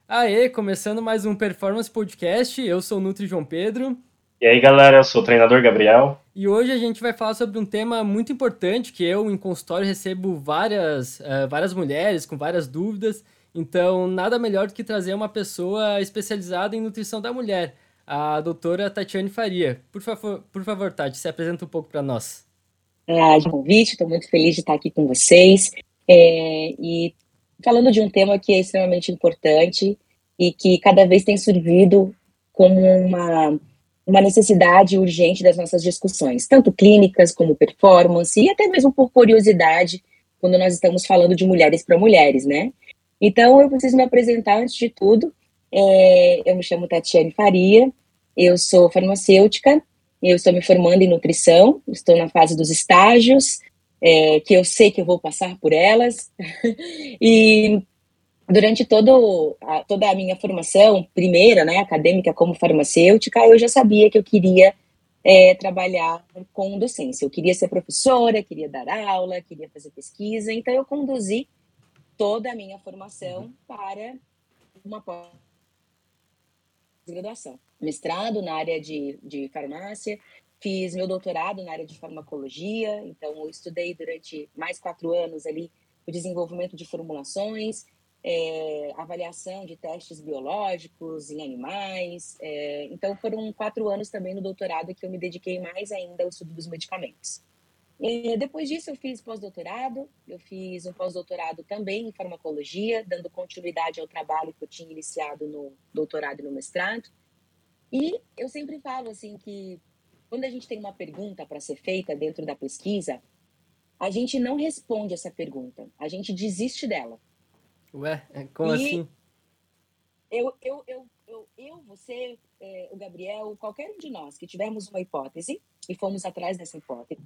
Aê, começando mais um Performance Podcast, eu sou o Nutri João Pedro E aí, galera, eu sou o treinador Gabriel. e hoje a gente vai falar sobre um tema muito importante que eu em consultório recebo várias mulheres com várias dúvidas, então nada melhor do que trazer uma pessoa especializada em nutrição da mulher, a doutora Tatiane Faria. Por favor, Tati, se apresenta um pouco para nós. De convite, estou muito feliz de estar aqui com vocês. E falando de um tema que é extremamente importante e que cada vez tem surgido como uma necessidade urgente das nossas discussões, tanto clínicas como performance, e até mesmo por curiosidade, quando nós estamos falando de mulheres para mulheres, né? Então, eu preciso me apresentar antes de tudo. Eu me chamo Tatiane Faria, eu sou farmacêutica. Eu estou me formando em nutrição, estou na fase dos estágios, que eu sei que eu vou passar por elas. E durante toda a minha formação, primeira, né, acadêmica como farmacêutica, eu já sabia que eu queria trabalhar com docência. Eu queria ser professora, queria dar aula, queria fazer pesquisa. Então, eu conduzi toda a minha formação para uma pós-graduação. Mestrado na área de farmácia, fiz meu doutorado na área de farmacologia, então eu estudei durante mais 4 anos ali o desenvolvimento de formulações, avaliação de testes biológicos em animais. Então foram 4 anos também no doutorado que eu me dediquei mais ainda ao estudo dos medicamentos. Depois disso, eu fiz pós-doutorado, eu fiz um pós-doutorado também em farmacologia, dando continuidade ao trabalho que eu tinha iniciado no doutorado e no mestrado. E eu sempre falo assim que quando a gente tem uma pergunta para ser feita dentro da pesquisa, a gente não responde essa pergunta, a gente desiste dela. Ué, como E assim? você, o Gabriel, qualquer um de nós que tivermos uma hipótese e fomos atrás dessa hipótese,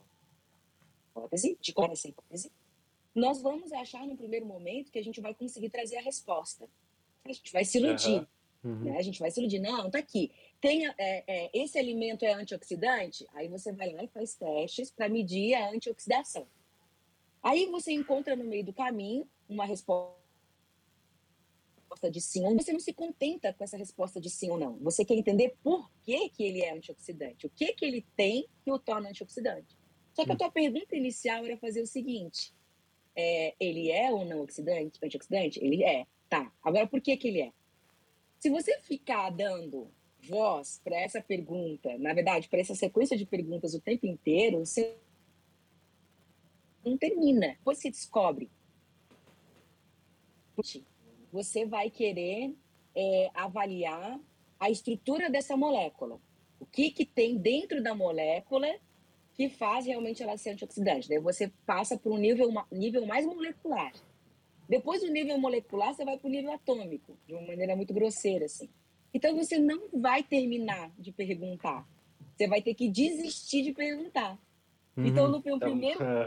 de qual é essa hipótese, nós vamos achar no primeiro momento que a gente vai conseguir trazer a resposta. A gente vai se Aham. iludir. Né? A gente vai se iludir. Não, tá aqui. Esse alimento é antioxidante? Aí você vai lá e faz testes para medir a antioxidação. Aí você encontra no meio do caminho uma resposta de sim ou não. Você não se contenta com essa resposta de sim ou não. Você quer entender por que ele é antioxidante. O que ele tem que o torna antioxidante. Só que a tua pergunta inicial era fazer o seguinte. Ele é ou não antioxidante? Ele é. Tá. Agora, por que ele é? Se você ficar dando voz para essa pergunta, na verdade, para essa sequência de perguntas o tempo inteiro, você não termina. Depois se descobre. Você vai querer avaliar a estrutura dessa molécula. O que tem dentro da molécula que faz realmente ela ser antioxidante. Daí você passa para um nível mais molecular. Depois do nível molecular, você vai para o nível atômico, de uma maneira muito grosseira, assim. Então, você não vai terminar de perguntar. Você vai ter que desistir de perguntar. Então, no Então,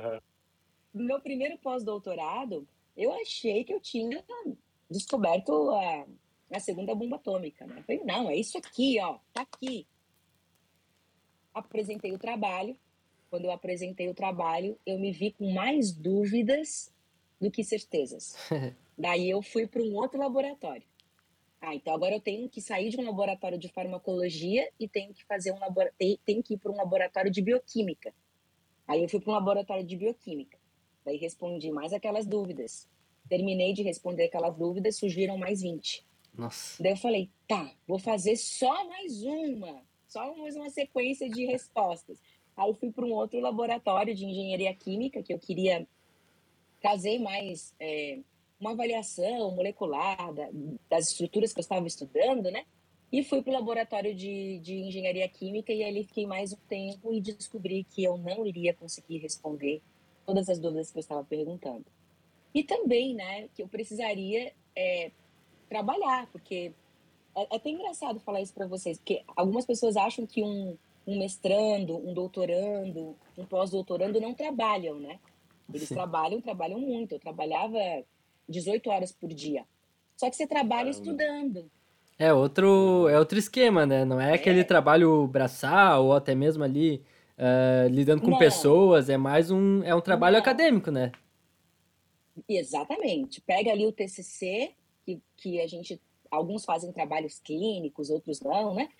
meu primeiro pós-doutorado, eu achei que eu tinha descoberto a segunda bomba atômica. Né? Eu falei, não, é isso aqui, ó, tá aqui. Apresentei o trabalho. Quando eu apresentei o trabalho, eu me vi com mais dúvidas do que certezas. Daí eu fui para um outro laboratório. Então agora eu tenho que sair de um laboratório de farmacologia e tenho que tenho que ir para um laboratório de bioquímica. Aí eu fui para um laboratório de bioquímica. Daí respondi mais aquelas dúvidas. Terminei de responder aquelas dúvidas, surgiram mais 20. Nossa. Daí eu falei, tá, vou fazer só mais uma sequência de respostas. Aí eu fui para um outro laboratório de engenharia química, que eu queria trazer mais uma avaliação molecular das estruturas que eu estava estudando, né? E fui para o laboratório de engenharia química e ali fiquei mais um tempo e descobri que eu não iria conseguir responder todas as dúvidas que eu estava perguntando. E também, né, que eu precisaria trabalhar, porque é até engraçado falar isso para vocês, porque algumas pessoas acham que um mestrando, um doutorando, um pós-doutorando não trabalham, né? Eles Sim. trabalham muito. Eu trabalhava 18 horas por dia. Só que você trabalha caramba. estudando. É outro esquema, né? Não é aquele É? trabalho braçal ou até mesmo ali lidando com Não, pessoas, é um trabalho não. acadêmico, né? Exatamente. Pega ali o TCC, que alguns fazem trabalhos clínicos, outros não, né?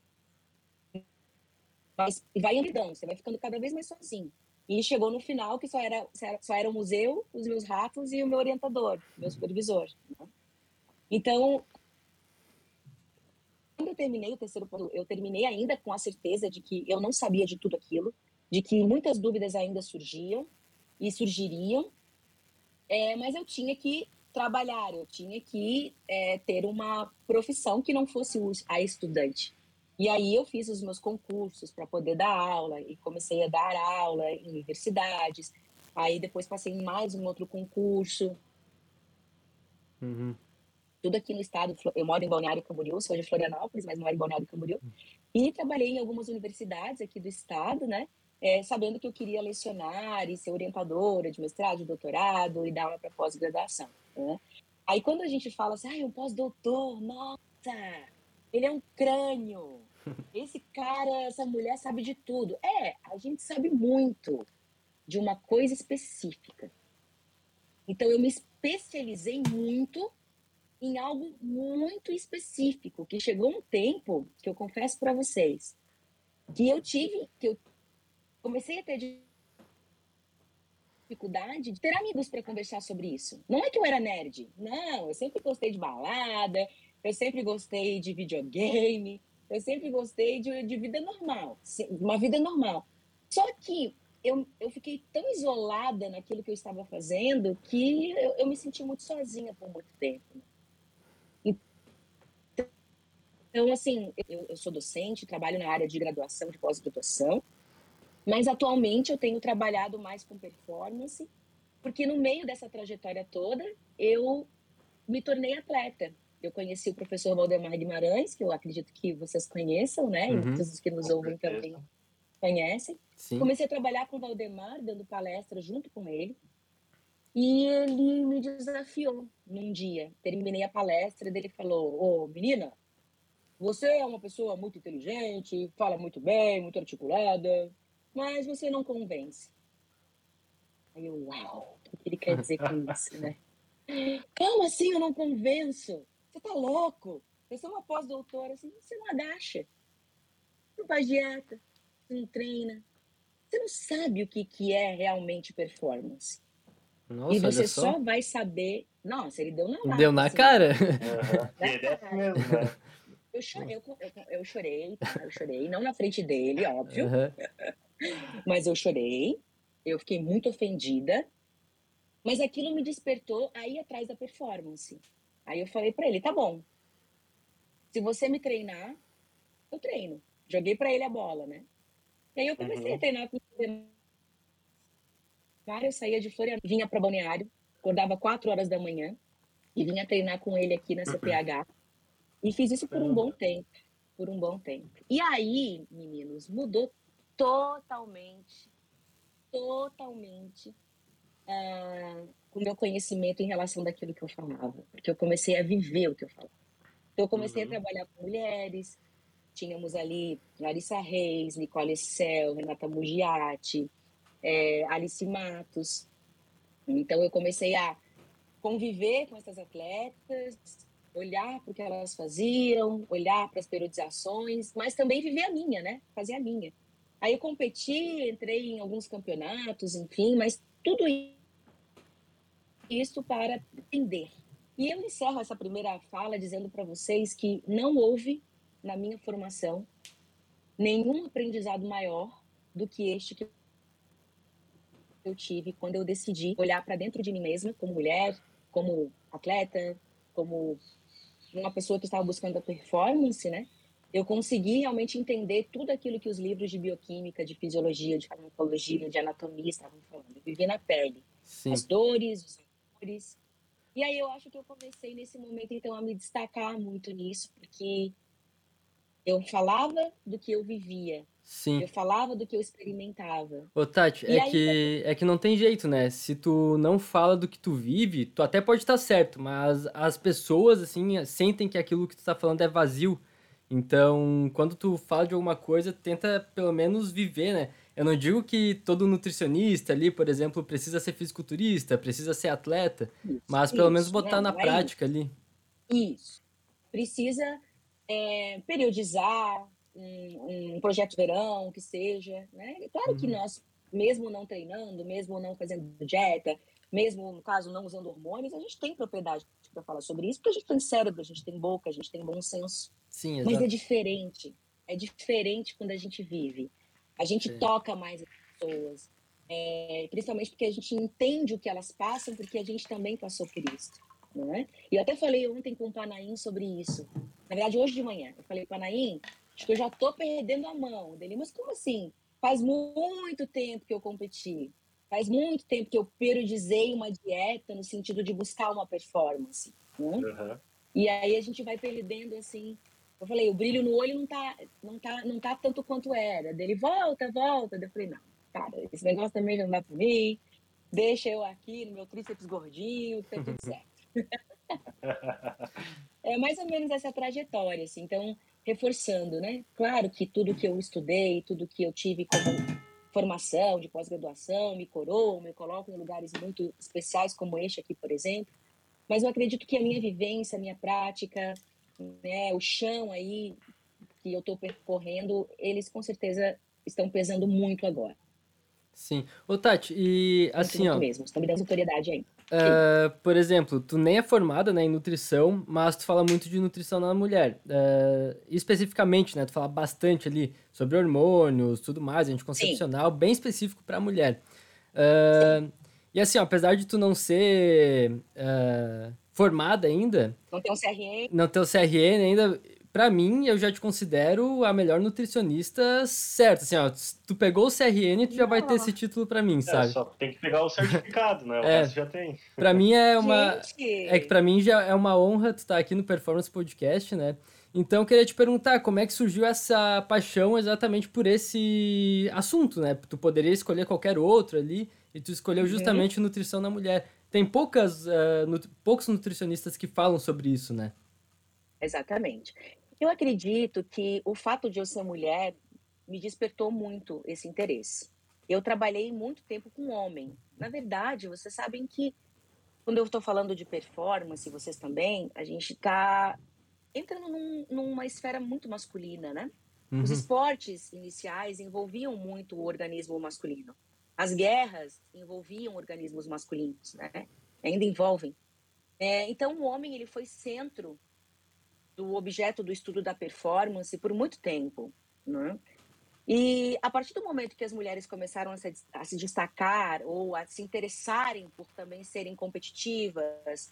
Mas vai andando, você vai ficando cada vez mais sozinho. E chegou no final que só era o museu, os meus ratos e o meu orientador, meu supervisor. Né? Então, quando eu terminei o terceiro ponto, eu terminei ainda com a certeza de que eu não sabia de tudo aquilo, de que muitas dúvidas ainda surgiam e surgiriam, mas eu tinha que trabalhar, eu tinha que ter uma profissão que não fosse a estudante. E aí eu fiz os meus concursos para poder dar aula e comecei a dar aula em universidades. Aí depois passei em mais um outro concurso. Uhum. Tudo aqui no estado. Eu moro em Balneário Camboriú, sou de Florianópolis, mas moro em Balneário Camboriú. E trabalhei em algumas universidades aqui do estado, né? Sabendo que eu queria lecionar e ser orientadora de mestrado, de doutorado e dar aula para pós-graduação. Né? Aí quando a gente fala assim, um pós-doutor, nossa, ele é um crânio. Esse cara, essa mulher sabe de tudo. A gente sabe muito de uma coisa específica. Então, eu me especializei muito em algo muito específico, que chegou um tempo, que eu confesso para vocês, que eu comecei a ter dificuldade de ter amigos para conversar sobre isso. Não é que eu era nerd, não, eu sempre gostei de balada, eu sempre gostei de videogame, eu sempre gostei de vida normal, uma vida normal. Só que eu fiquei tão isolada naquilo que eu estava fazendo que eu me senti muito sozinha por muito tempo. Então, assim, eu sou docente, trabalho na área de graduação, de pós-graduação, mas atualmente eu tenho trabalhado mais com performance, porque no meio dessa trajetória toda eu me tornei atleta. Eu conheci o professor Valdemar Guimarães, que eu acredito que vocês conheçam, né? E muitos dos que nos ouvem também conhecem. Sim. Comecei a trabalhar com o Valdemar, dando palestra junto com ele. E ele me desafiou num dia. Terminei a palestra e ele falou: menina, você é uma pessoa muito inteligente, fala muito bem, muito articulada, mas você não convence. Aí eu, uau, o que ele quer dizer com isso, né? Como assim eu não convenço? Você tá louco? Você é uma pós-doutora, assim, você não agacha. Você não faz dieta, você não treina. Você não sabe o que é realmente performance. Nossa, e você olha só. só vai saber... Nossa, ele deu na lata. Deu na assim, cara? Na cara. Mesmo, né? Eu chorei, tá? Eu chorei, não na frente dele, óbvio. Uhum. Mas eu chorei, eu fiquei muito ofendida, mas aquilo me despertou a ir atrás da performance. Aí eu falei para ele, tá bom, se você me treinar, eu treino. Joguei para ele a bola, né? E aí eu comecei a treinar com o eu saía de Florianópolis, vinha para Balneário, acordava 4 horas da manhã e vinha treinar com ele aqui na CPH. E fiz isso por um bom tempo, E aí, meninos, mudou totalmente o meu conhecimento em relação daquilo que eu falava, porque eu comecei a viver o que eu falava. Então, eu comecei a trabalhar com mulheres, tínhamos ali Larissa Reis, Nicole Sell, Renata Mugiati, Alice Matos. Então, eu comecei a conviver com essas atletas, olhar para o que elas faziam, olhar para as periodizações, mas também viver a minha, né? Fazer a minha. Aí eu competi, entrei em alguns campeonatos, enfim, mas tudo isso para entender. E eu encerro essa primeira fala dizendo para vocês que não houve, na minha formação, nenhum aprendizado maior do que este que eu tive quando eu decidi olhar para dentro de mim mesma, como mulher, como atleta, como uma pessoa que estava buscando a performance, né? Eu consegui realmente entender tudo aquilo que os livros de bioquímica, de fisiologia, de farmacologia, de anatomia estavam falando. Eu vivi na pele. Sim. As dores, os amores. E aí eu acho que eu comecei nesse momento, então, a me destacar muito nisso, porque eu falava do que eu vivia. Sim. Eu falava do que eu experimentava. Ô, Tati, é que não tem jeito, né? Se tu não fala do que tu vive, tu até pode estar certo, mas as pessoas, assim, sentem que aquilo que tu tá falando é vazio. Então, quando tu fala de alguma coisa, tenta pelo menos viver, né? Eu não digo que todo nutricionista ali, por exemplo, precisa ser fisiculturista, precisa ser atleta, mas pelo menos botar na prática ali. Isso. Precisa periodizar um projeto de verão, que seja, né? É claro que nós, mesmo não treinando, mesmo não fazendo dieta, mesmo, no caso, não usando hormônios, a gente tem propriedade para falar sobre isso, porque a gente tem cérebro, a gente tem boca, a gente tem bom senso. Sim, Mas é exato. diferente. É diferente quando a gente vive. A gente toca mais as pessoas, principalmente porque a gente entende o que elas passam, porque a gente também passou por isso. Não é? E eu até falei ontem com o Panaim sobre isso. Na verdade, hoje de manhã, eu falei, Panaim, acho que eu já tô perdendo a mão dele. Mas como assim? Faz muito tempo que eu competi. Faz muito tempo que eu periodizei uma dieta no sentido de buscar uma performance. Né? E aí a gente vai perdendo, assim... Eu falei, o brilho no olho não tá tanto quanto era. Dele, volta. Eu falei, não, cara, esse negócio também não dá pra mim. Deixa eu aqui no meu tríceps gordinho, que tá tudo certo. É mais ou menos essa trajetória, assim. Então, reforçando, né? Claro que tudo que eu estudei, tudo que eu tive como formação de pós-graduação me coroa, me coloca em lugares muito especiais como este aqui, por exemplo. Mas eu acredito que a minha vivência, a minha prática, né, o chão aí que eu estou percorrendo, eles com certeza estão pesando muito agora. Sim. Ô, Tati, e Muito, assim, muito ó, mesmo. Estão me dando autoridade aí. por exemplo, tu nem é formada, né, em nutrição, mas tu fala muito de nutrição na mulher. Especificamente, né, tu fala bastante ali sobre hormônios, tudo mais, Sim. anticoncepcional, bem específico pra mulher. Sim. E assim, ó, apesar de tu não ser formada ainda, Não tem um CRM? não ter o CRN ainda, pra mim, eu já te considero a melhor nutricionista certa. Assim, ó, se tu pegou o CRN, tu já vai ter esse título pra mim, sabe? Só tem que pegar o certificado, né? O resto já tem. Pra mim é uma. É que Gente! pra mim já é uma honra tu estar aqui no Performance Podcast, né? Então eu queria te perguntar como é que surgiu essa paixão exatamente por esse assunto, né? Tu poderia escolher qualquer outro ali e tu escolheu Uhum. justamente nutrição na mulher. Tem poucos nutricionistas que falam sobre isso, né? Exatamente. Eu acredito que o fato de eu ser mulher me despertou muito esse interesse. Eu trabalhei muito tempo com homem. Na verdade, vocês sabem que quando eu estou falando de performance, vocês também, a gente está entrando numa esfera muito masculina, né? Os Uhum. esportes iniciais envolviam muito o organismo masculino. As guerras envolviam organismos masculinos, né? Ainda envolvem. Então, o homem ele foi centro do objeto do estudo da performance por muito tempo, né? E a partir do momento que as mulheres começaram a se destacar ou a se interessarem por também serem competitivas,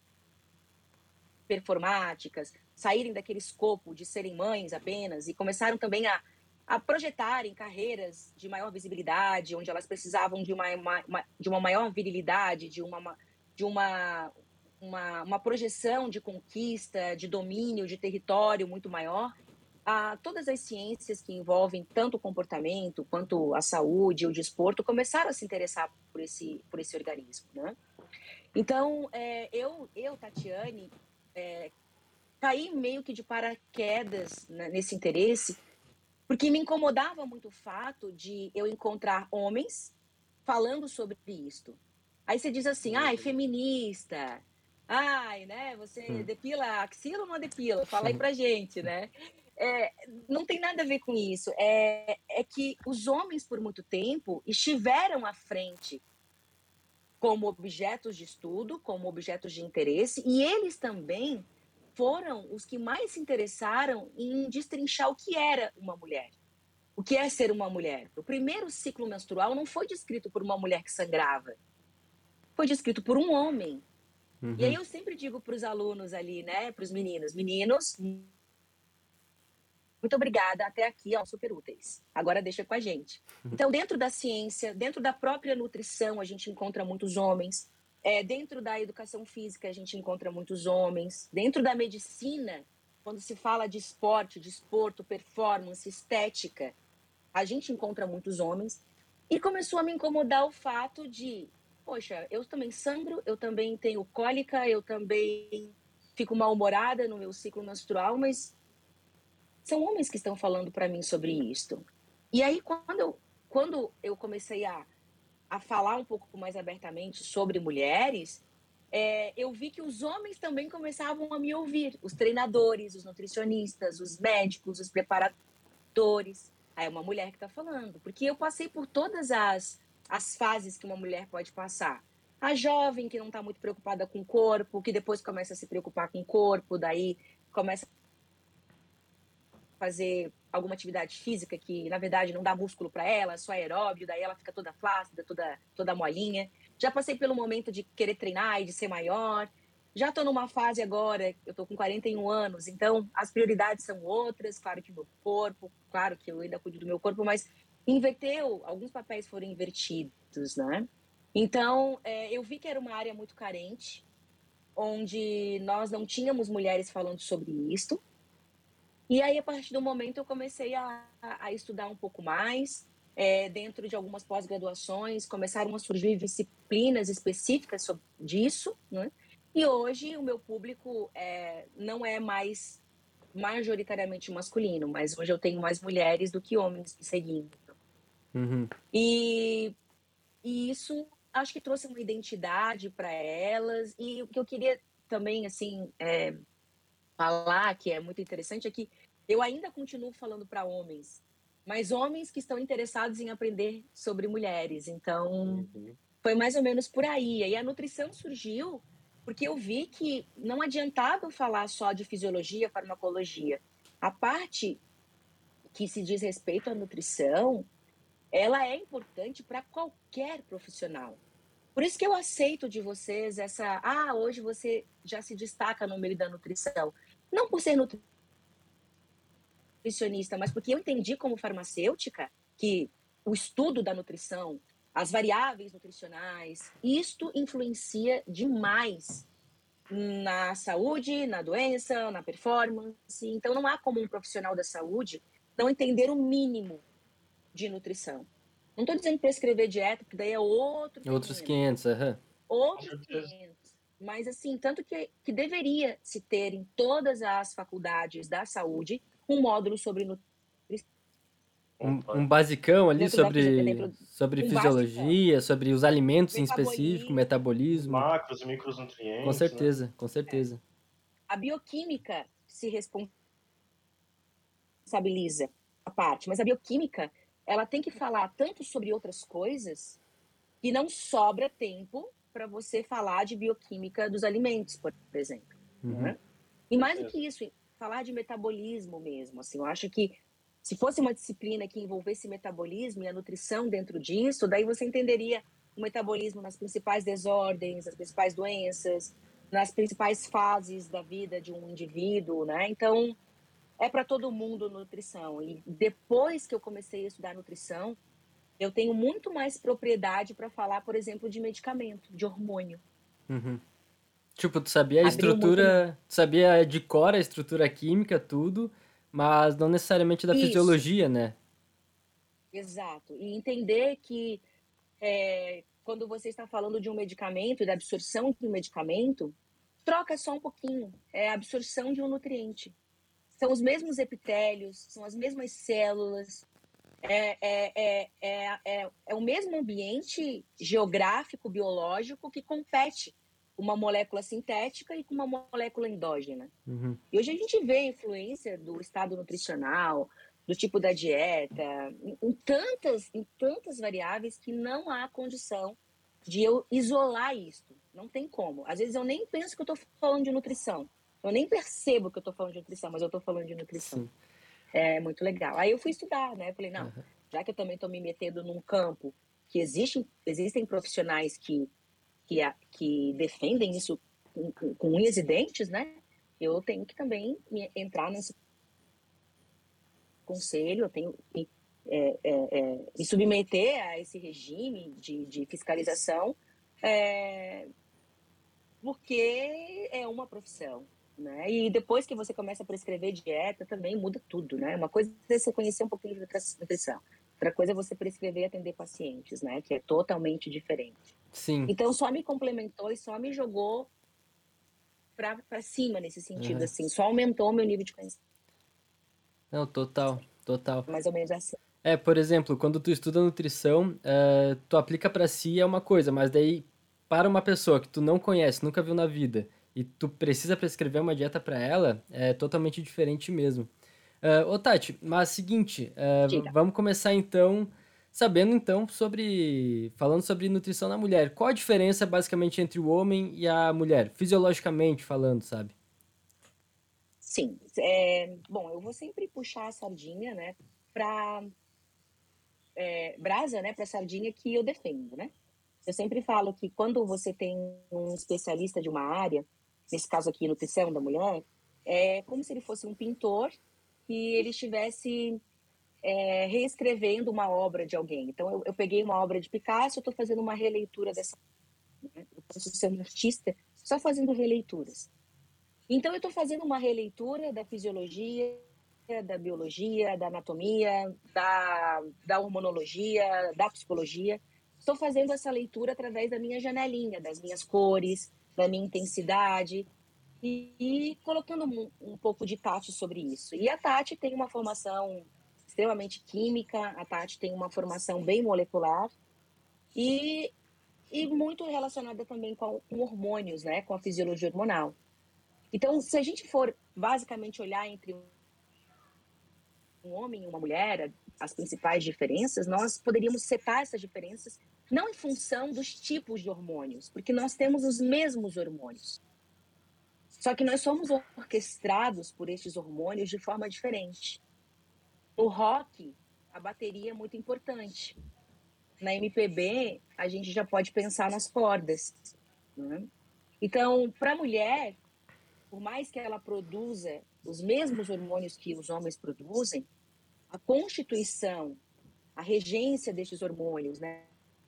performáticas, saírem daquele escopo de serem mães apenas e começaram também a projetarem carreiras de maior visibilidade, onde elas precisavam de uma maior virilidade, de uma projeção de conquista, de domínio, de território muito maior. Todas as ciências que envolvem tanto o comportamento quanto a saúde, o desporto, começaram a se interessar por esse organismo, né? Então, Tatiane, caí meio que de paraquedas nesse interesse, porque me incomodava muito o fato de eu encontrar homens falando sobre isto. Aí você diz assim, ai, feminista, ai, né, você depila a axila ou não depila? Fala aí pra gente, né? Não tem nada a ver com isso. É que os homens, por muito tempo, estiveram à frente como objetos de estudo, como objetos de interesse, e eles também foram os que mais se interessaram em destrinchar o que era uma mulher. O que é ser uma mulher? O primeiro ciclo menstrual não foi descrito por uma mulher que sangrava, foi descrito por um homem. E aí eu sempre digo para os alunos ali, né, para os meninos, muito obrigada, até aqui, ó, super úteis. Agora deixa com a gente. Então, dentro da ciência, dentro da própria nutrição, a gente encontra muitos homens. Dentro da educação física, a gente encontra muitos homens. Dentro da medicina, quando se fala de esporte, desporto, performance, estética, a gente encontra muitos homens. E começou a me incomodar o fato de, poxa, eu também sangro, eu também tenho cólica, eu também fico mal-humorada no meu ciclo menstrual, mas são homens que estão falando para mim sobre isto. E aí, quando eu comecei a falar um pouco mais abertamente sobre mulheres, eu vi que os homens também começavam a me ouvir, os treinadores, os nutricionistas, os médicos, os preparadores. Aí é uma mulher que está falando, porque eu passei por todas as fases que uma mulher pode passar. A jovem que não está muito preocupada com o corpo, que depois começa a se preocupar com o corpo, daí começa fazer alguma atividade física que, na verdade, não dá músculo para ela, só aeróbio, daí ela fica toda flácida, toda molinha. Já passei pelo momento de querer treinar e de ser maior. Já estou numa fase agora, eu estou com 41 anos, então as prioridades são outras, claro que o meu corpo, claro que eu ainda cuido do meu corpo, mas inverteu, alguns papéis foram invertidos, né? Então, eu vi que era uma área muito carente, onde nós não tínhamos mulheres falando sobre isso. E aí, a partir do momento, eu comecei a estudar um pouco mais, dentro de algumas pós-graduações, começaram a surgir disciplinas específicas sobre disso, né? E hoje o meu público não é mais majoritariamente masculino, mas hoje eu tenho mais mulheres do que homens me seguindo. Uhum. E isso acho que trouxe uma identidade para elas. E o que eu queria também, assim, falar, que é muito interessante, é que eu ainda continuo falando para homens, mas homens que estão interessados em aprender sobre mulheres. Então, foi mais ou menos por aí. E a nutrição surgiu porque eu vi que não adiantava eu falar só de fisiologia, farmacologia. A parte que se diz respeito à nutrição, ela é importante para qualquer profissional. Por isso que eu aceito de vocês hoje você já se destaca no meio da nutrição. Não por ser nutricionista, mas porque eu entendi como farmacêutica que o estudo da nutrição, as variáveis nutricionais, isto influencia demais na saúde, na doença, na performance. Então, não há como um profissional da saúde não entender o mínimo de nutrição. Não estou dizendo prescrever dieta, porque daí é outro Outros fenômeno. 500, aham. Outros 500. Mas, assim, tanto que deveria se ter em todas as faculdades da saúde um módulo sobre nutrição. Um basicão ali Dentro da física, sobre um basicão. fisiologia, sobre os alimentos em específico, metabolismo. Macros e micronutrientes. Com certeza, né? Com certeza. A bioquímica se responsabiliza a parte, mas a bioquímica ela tem que falar tanto sobre outras coisas que não sobra tempo para você falar de bioquímica dos alimentos, por exemplo. Uhum. Né? E mais do que isso, falar de metabolismo mesmo. Assim, eu acho que se fosse uma disciplina que envolvesse metabolismo e a nutrição dentro disso, daí você entenderia o metabolismo nas principais desordens, nas principais doenças, nas principais fases da vida de um indivíduo, né? Então, é para todo mundo nutrição. E depois que eu comecei a estudar nutrição, eu tenho muito mais propriedade para falar, por exemplo, de medicamento, de hormônio. Uhum. Tipo, tu sabia a Abriu estrutura, tu sabia de cor a estrutura química, tudo, mas não necessariamente da fisiologia, né? Exato. E entender que quando você está falando de um medicamento, da absorção de um medicamento, troca só um pouquinho. É a absorção de um nutriente. São os mesmos epitélios, são as mesmas células, é o mesmo ambiente geográfico, biológico que compete uma molécula sintética e com uma molécula endógena. Uhum. E hoje a gente vê a influência do estado nutricional, do tipo da dieta, em tantas variáveis que não há condição de eu isolar isso. Não tem como. Às vezes eu nem penso que eu estou falando de nutrição. Eu nem percebo que eu estou falando de nutrição, mas eu estou falando de nutrição. Sim. É muito legal. Aí eu fui estudar, né? Falei, não, já que eu também estou me metendo num campo que existem profissionais que defendem isso com unhas e dentes, né? Eu tenho que também entrar nesse conselho, eu tenho que me submeter a esse regime de fiscalização, porque é uma profissão. Né? E depois que você começa a prescrever dieta, também muda tudo, né? Uma coisa é você conhecer um pouquinho de nutrição, outra coisa é você prescrever e atender pacientes, né? Que é totalmente diferente. Sim. Então, só me complementou e só me jogou para cima nesse sentido, assim. Só aumentou o meu nível de conhecimento. Não, total. Mais ou menos assim. Por exemplo, quando tu estuda nutrição, tu aplica para si é uma coisa, mas daí para uma pessoa que tu não conhece, nunca viu na vida, e tu precisa prescrever uma dieta para ela, é totalmente diferente mesmo. Ô Tati, mas seguinte, Diga. vamos começar então sabendo então falando sobre nutrição na mulher. Qual a diferença basicamente entre o homem e a mulher, fisiologicamente falando, sabe? Sim. Bom, eu vou sempre puxar a sardinha, né, para brasa, né, para a sardinha que eu defendo, né? Eu sempre falo que quando você tem um especialista de uma área, nesse caso aqui, nutrição da mulher, é como se ele fosse um pintor e ele estivesse reescrevendo uma obra de alguém. Então, eu peguei uma obra de Picasso, eu estou fazendo uma releitura dessa. Né? Eu posso ser um artista só fazendo releituras. Então, eu estou fazendo uma releitura da fisiologia, da biologia, da anatomia, da hormonologia, da psicologia. Estou fazendo essa leitura através da minha janelinha, das minhas cores, da minha intensidade e colocando um pouco de Tati sobre isso. E a Tati tem uma formação extremamente química, a Tati tem uma formação bem molecular e, e muito relacionada também com hormônios, né, com a fisiologia hormonal. Então, se a gente for basicamente olhar entre um homem e uma mulher, as principais diferenças, nós poderíamos setar essas diferenças não em função dos tipos de hormônios, porque nós temos os mesmos hormônios. Só que nós somos orquestrados por estes hormônios de forma diferente. No rock, a bateria é muito importante. Na MPB, a gente já pode pensar nas cordas. Né? Então, para a mulher, por mais que ela produza os mesmos hormônios que os homens produzem, a constituição, a regência destes hormônios, né?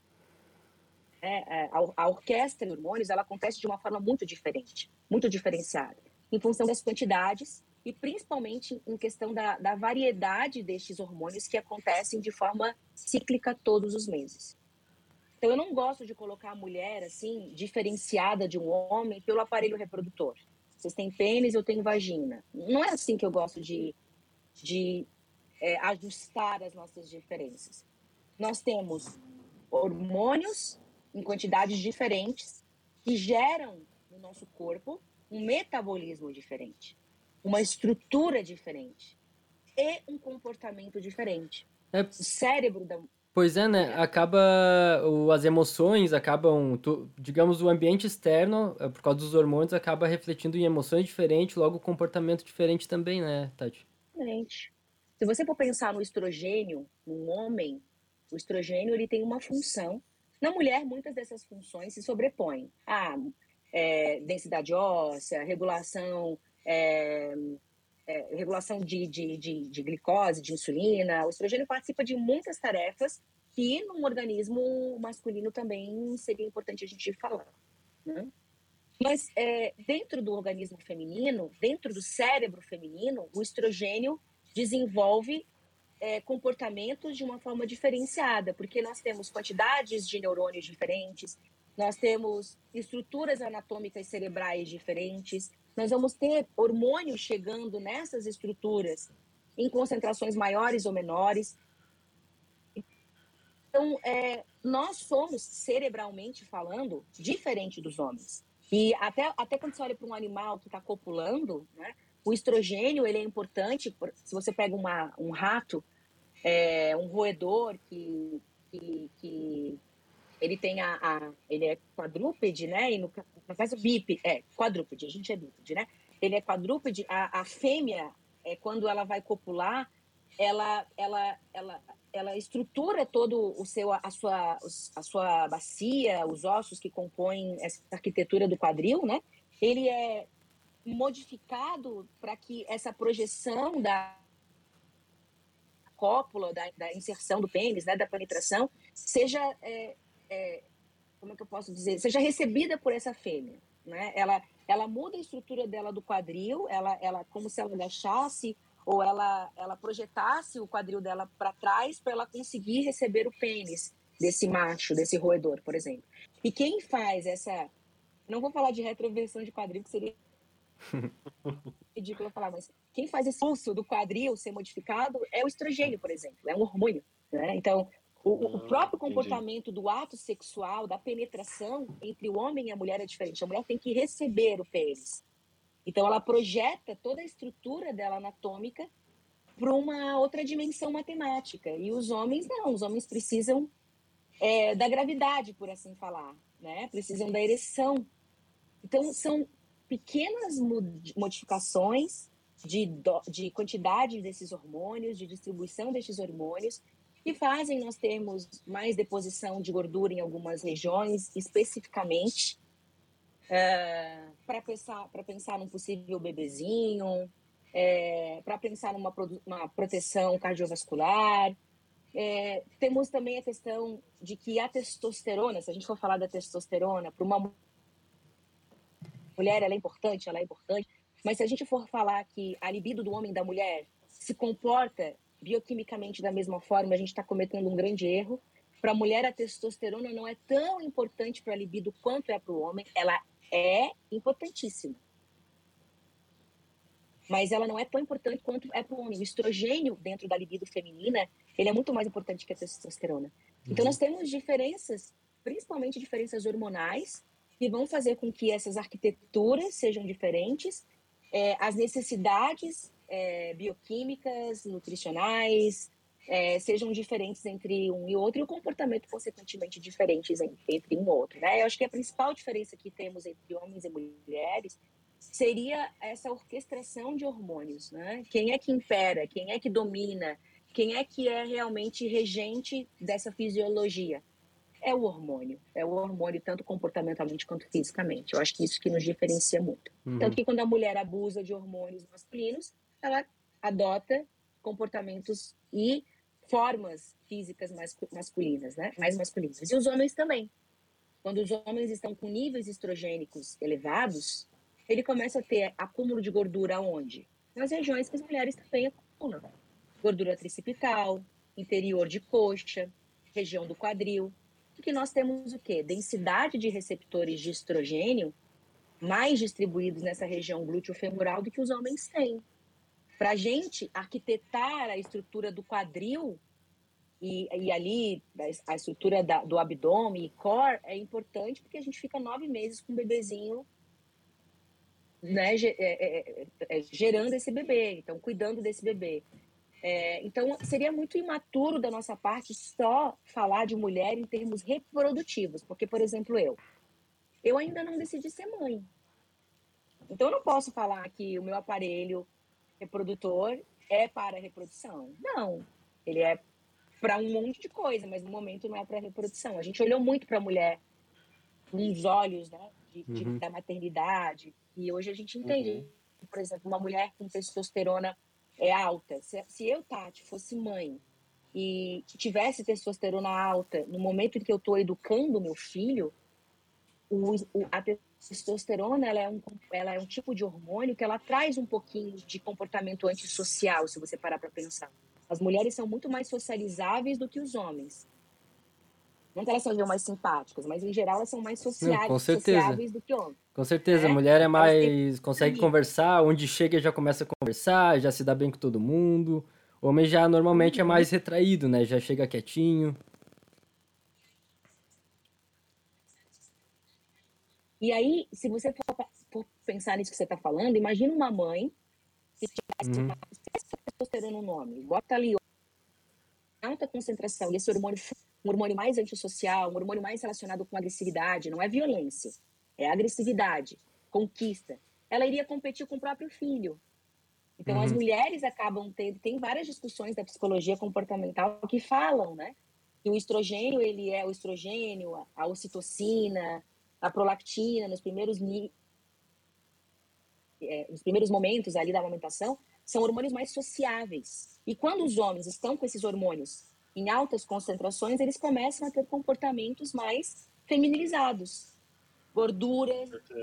A orquestra de hormônios, ela acontece de uma forma muito diferente, muito diferenciada, em função das quantidades e principalmente em questão da variedade destes hormônios que acontecem de forma cíclica todos os meses. Então, eu não gosto de colocar a mulher assim, diferenciada de um homem pelo aparelho reprodutor. Vocês têm pênis, eu tenho vagina. Não é assim que eu gosto de ajustar as nossas diferenças. Nós temos hormônios em quantidades diferentes que geram no nosso corpo um metabolismo diferente, uma estrutura diferente e um comportamento diferente. É, O cérebro da pois é, né? As emoções acabam, digamos, o ambiente externo, por causa dos hormônios, acaba refletindo em emoções diferentes, logo comportamento diferente também, né, Tati? Diferente. Se você for pensar no estrogênio, num homem, o estrogênio ele tem uma função. Na mulher, muitas dessas funções se sobrepõem. Densidade óssea, regulação de glicose, de insulina. O estrogênio participa de muitas tarefas que num organismo masculino também seria importante a gente falar. Né? Mas dentro do organismo feminino, dentro do cérebro feminino, o estrogênio desenvolve comportamentos de uma forma diferenciada, porque nós temos quantidades de neurônios diferentes, nós temos estruturas anatômicas cerebrais diferentes, nós vamos ter hormônios chegando nessas estruturas em concentrações maiores ou menores. Então, nós somos, cerebralmente falando, diferente dos homens. E até quando você olha para um animal que está copulando, né, o estrogênio ele é importante. Se você pega um rato, um roedor que ele tem ele é quadrúpede, né? E no caso quadrúpede, a gente é bípede, né? Ele é quadrúpede, a fêmea, quando ela vai copular, ela estrutura todo a sua bacia, os ossos que compõem essa arquitetura do quadril, né? Ele é modificado para que essa projeção da cópula, da inserção do pênis, né, da penetração, seja, como é que eu posso dizer, seja recebida por essa fêmea. Né? Ela muda a estrutura dela do quadril, ela como se ela agachasse ou ela projetasse o quadril dela para trás para ela conseguir receber o pênis desse macho, desse roedor, por exemplo. E quem faz essa... Não vou falar de retroversão de quadril, que seria ridículo falar, mas quem faz esse pulso do quadril ser modificado é o estrogênio, por exemplo, é um hormônio. Né? Então, O próprio Entendi. comportamento do ato sexual, da penetração entre o homem e a mulher é diferente. A mulher tem que receber o pênis. Então, ela projeta toda a estrutura dela anatômica para uma outra dimensão matemática. E os homens não, os homens precisam da gravidade, por assim falar, né? Precisam da ereção. Então, são pequenas modificações de quantidade desses hormônios, de distribuição desses hormônios, que fazem nós termos mais deposição de gordura em algumas regiões, especificamente, para pensar num possível bebezinho, para pensar numa proteção cardiovascular. Temos também a questão de que a testosterona, se a gente for falar da testosterona, para uma mulher ela é importante, mas se a gente for falar que a libido do homem e da mulher se comporta bioquimicamente da mesma forma, a gente está cometendo um grande erro. Para a mulher, a testosterona não é tão importante para a libido quanto é para o homem, ela é importantíssima. Mas ela não é tão importante quanto é para o homem. O estrogênio dentro da libido feminina, ele é muito mais importante que a testosterona. Então, nós temos diferenças, principalmente diferenças hormonais, que vão fazer com que essas arquiteturas sejam diferentes, as necessidades bioquímicas, nutricionais, sejam diferentes entre um e outro, e o comportamento, consequentemente, diferentes entre um e outro. Né? Eu acho que a principal diferença que temos entre homens e mulheres seria essa orquestração de hormônios. Né? Quem é que impera, quem é que domina, quem é que é realmente regente dessa fisiologia? É o hormônio tanto comportamentalmente quanto fisicamente. Eu acho que isso que nos diferencia muito. Tanto que quando a mulher abusa de hormônios masculinos, ela adota comportamentos e formas físicas masculinas, né? Mais masculinas. E os homens também. Quando os homens estão com níveis estrogênicos elevados, ele começa a ter acúmulo de gordura onde? Nas regiões que as mulheres também acumulam. Gordura tricipital, interior de coxa, região do quadril. Porque nós temos o quê? Densidade de receptores de estrogênio mais distribuídos nessa região glúteo-femoral do que os homens têm. Para a gente arquitetar a estrutura do quadril e ali a estrutura do abdômen e core é importante porque a gente fica 9 meses com um bebezinho, né, gerando esse bebê, então cuidando desse bebê. Então, seria muito imaturo da nossa parte só falar de mulher em termos reprodutivos, porque, por exemplo, eu ainda não decidi ser mãe. Então, eu não posso falar que o meu aparelho reprodutor é para a reprodução. Não, ele é para um monte de coisa, mas no momento não é para a reprodução. A gente olhou muito para a mulher com os olhos, né, da maternidade, e hoje a gente entende, por exemplo, uma mulher com testosterona alta. Se eu, Tati, fosse mãe e tivesse testosterona alta no momento em que eu estou educando meu filho, a testosterona ela é um tipo de hormônio que ela traz um pouquinho de comportamento antissocial, se você parar para pensar. As mulheres são muito mais socializáveis do que os homens. Não que elas sejam mais simpáticas, mas em geral elas são mais Não, com certeza. sociáveis do que homens. Com certeza, a Né? mulher é Elas têm mais. Consegue conversar, onde chega já começa a conversar, já se dá bem com todo mundo. O homem já normalmente é mais retraído, né? Já chega quietinho. E aí, se você for pensar nisso que você está falando, imagina uma mãe que tivesse testosterona no nome, bota ali alta concentração, e esse hormônio, um hormônio mais antissocial, um hormônio mais relacionado com agressividade, não é violência, é agressividade, conquista. Ela iria competir com o próprio filho. Então, as mulheres acabam tem várias discussões da psicologia comportamental que falam, né? Que o estrogênio, ele é o estrogênio, a ocitocina, a prolactina, nos primeiros momentos ali da amamentação, são hormônios mais sociáveis. E quando os homens estão com esses hormônios em altas concentrações, eles começam a ter comportamentos mais feminilizados. Gordura,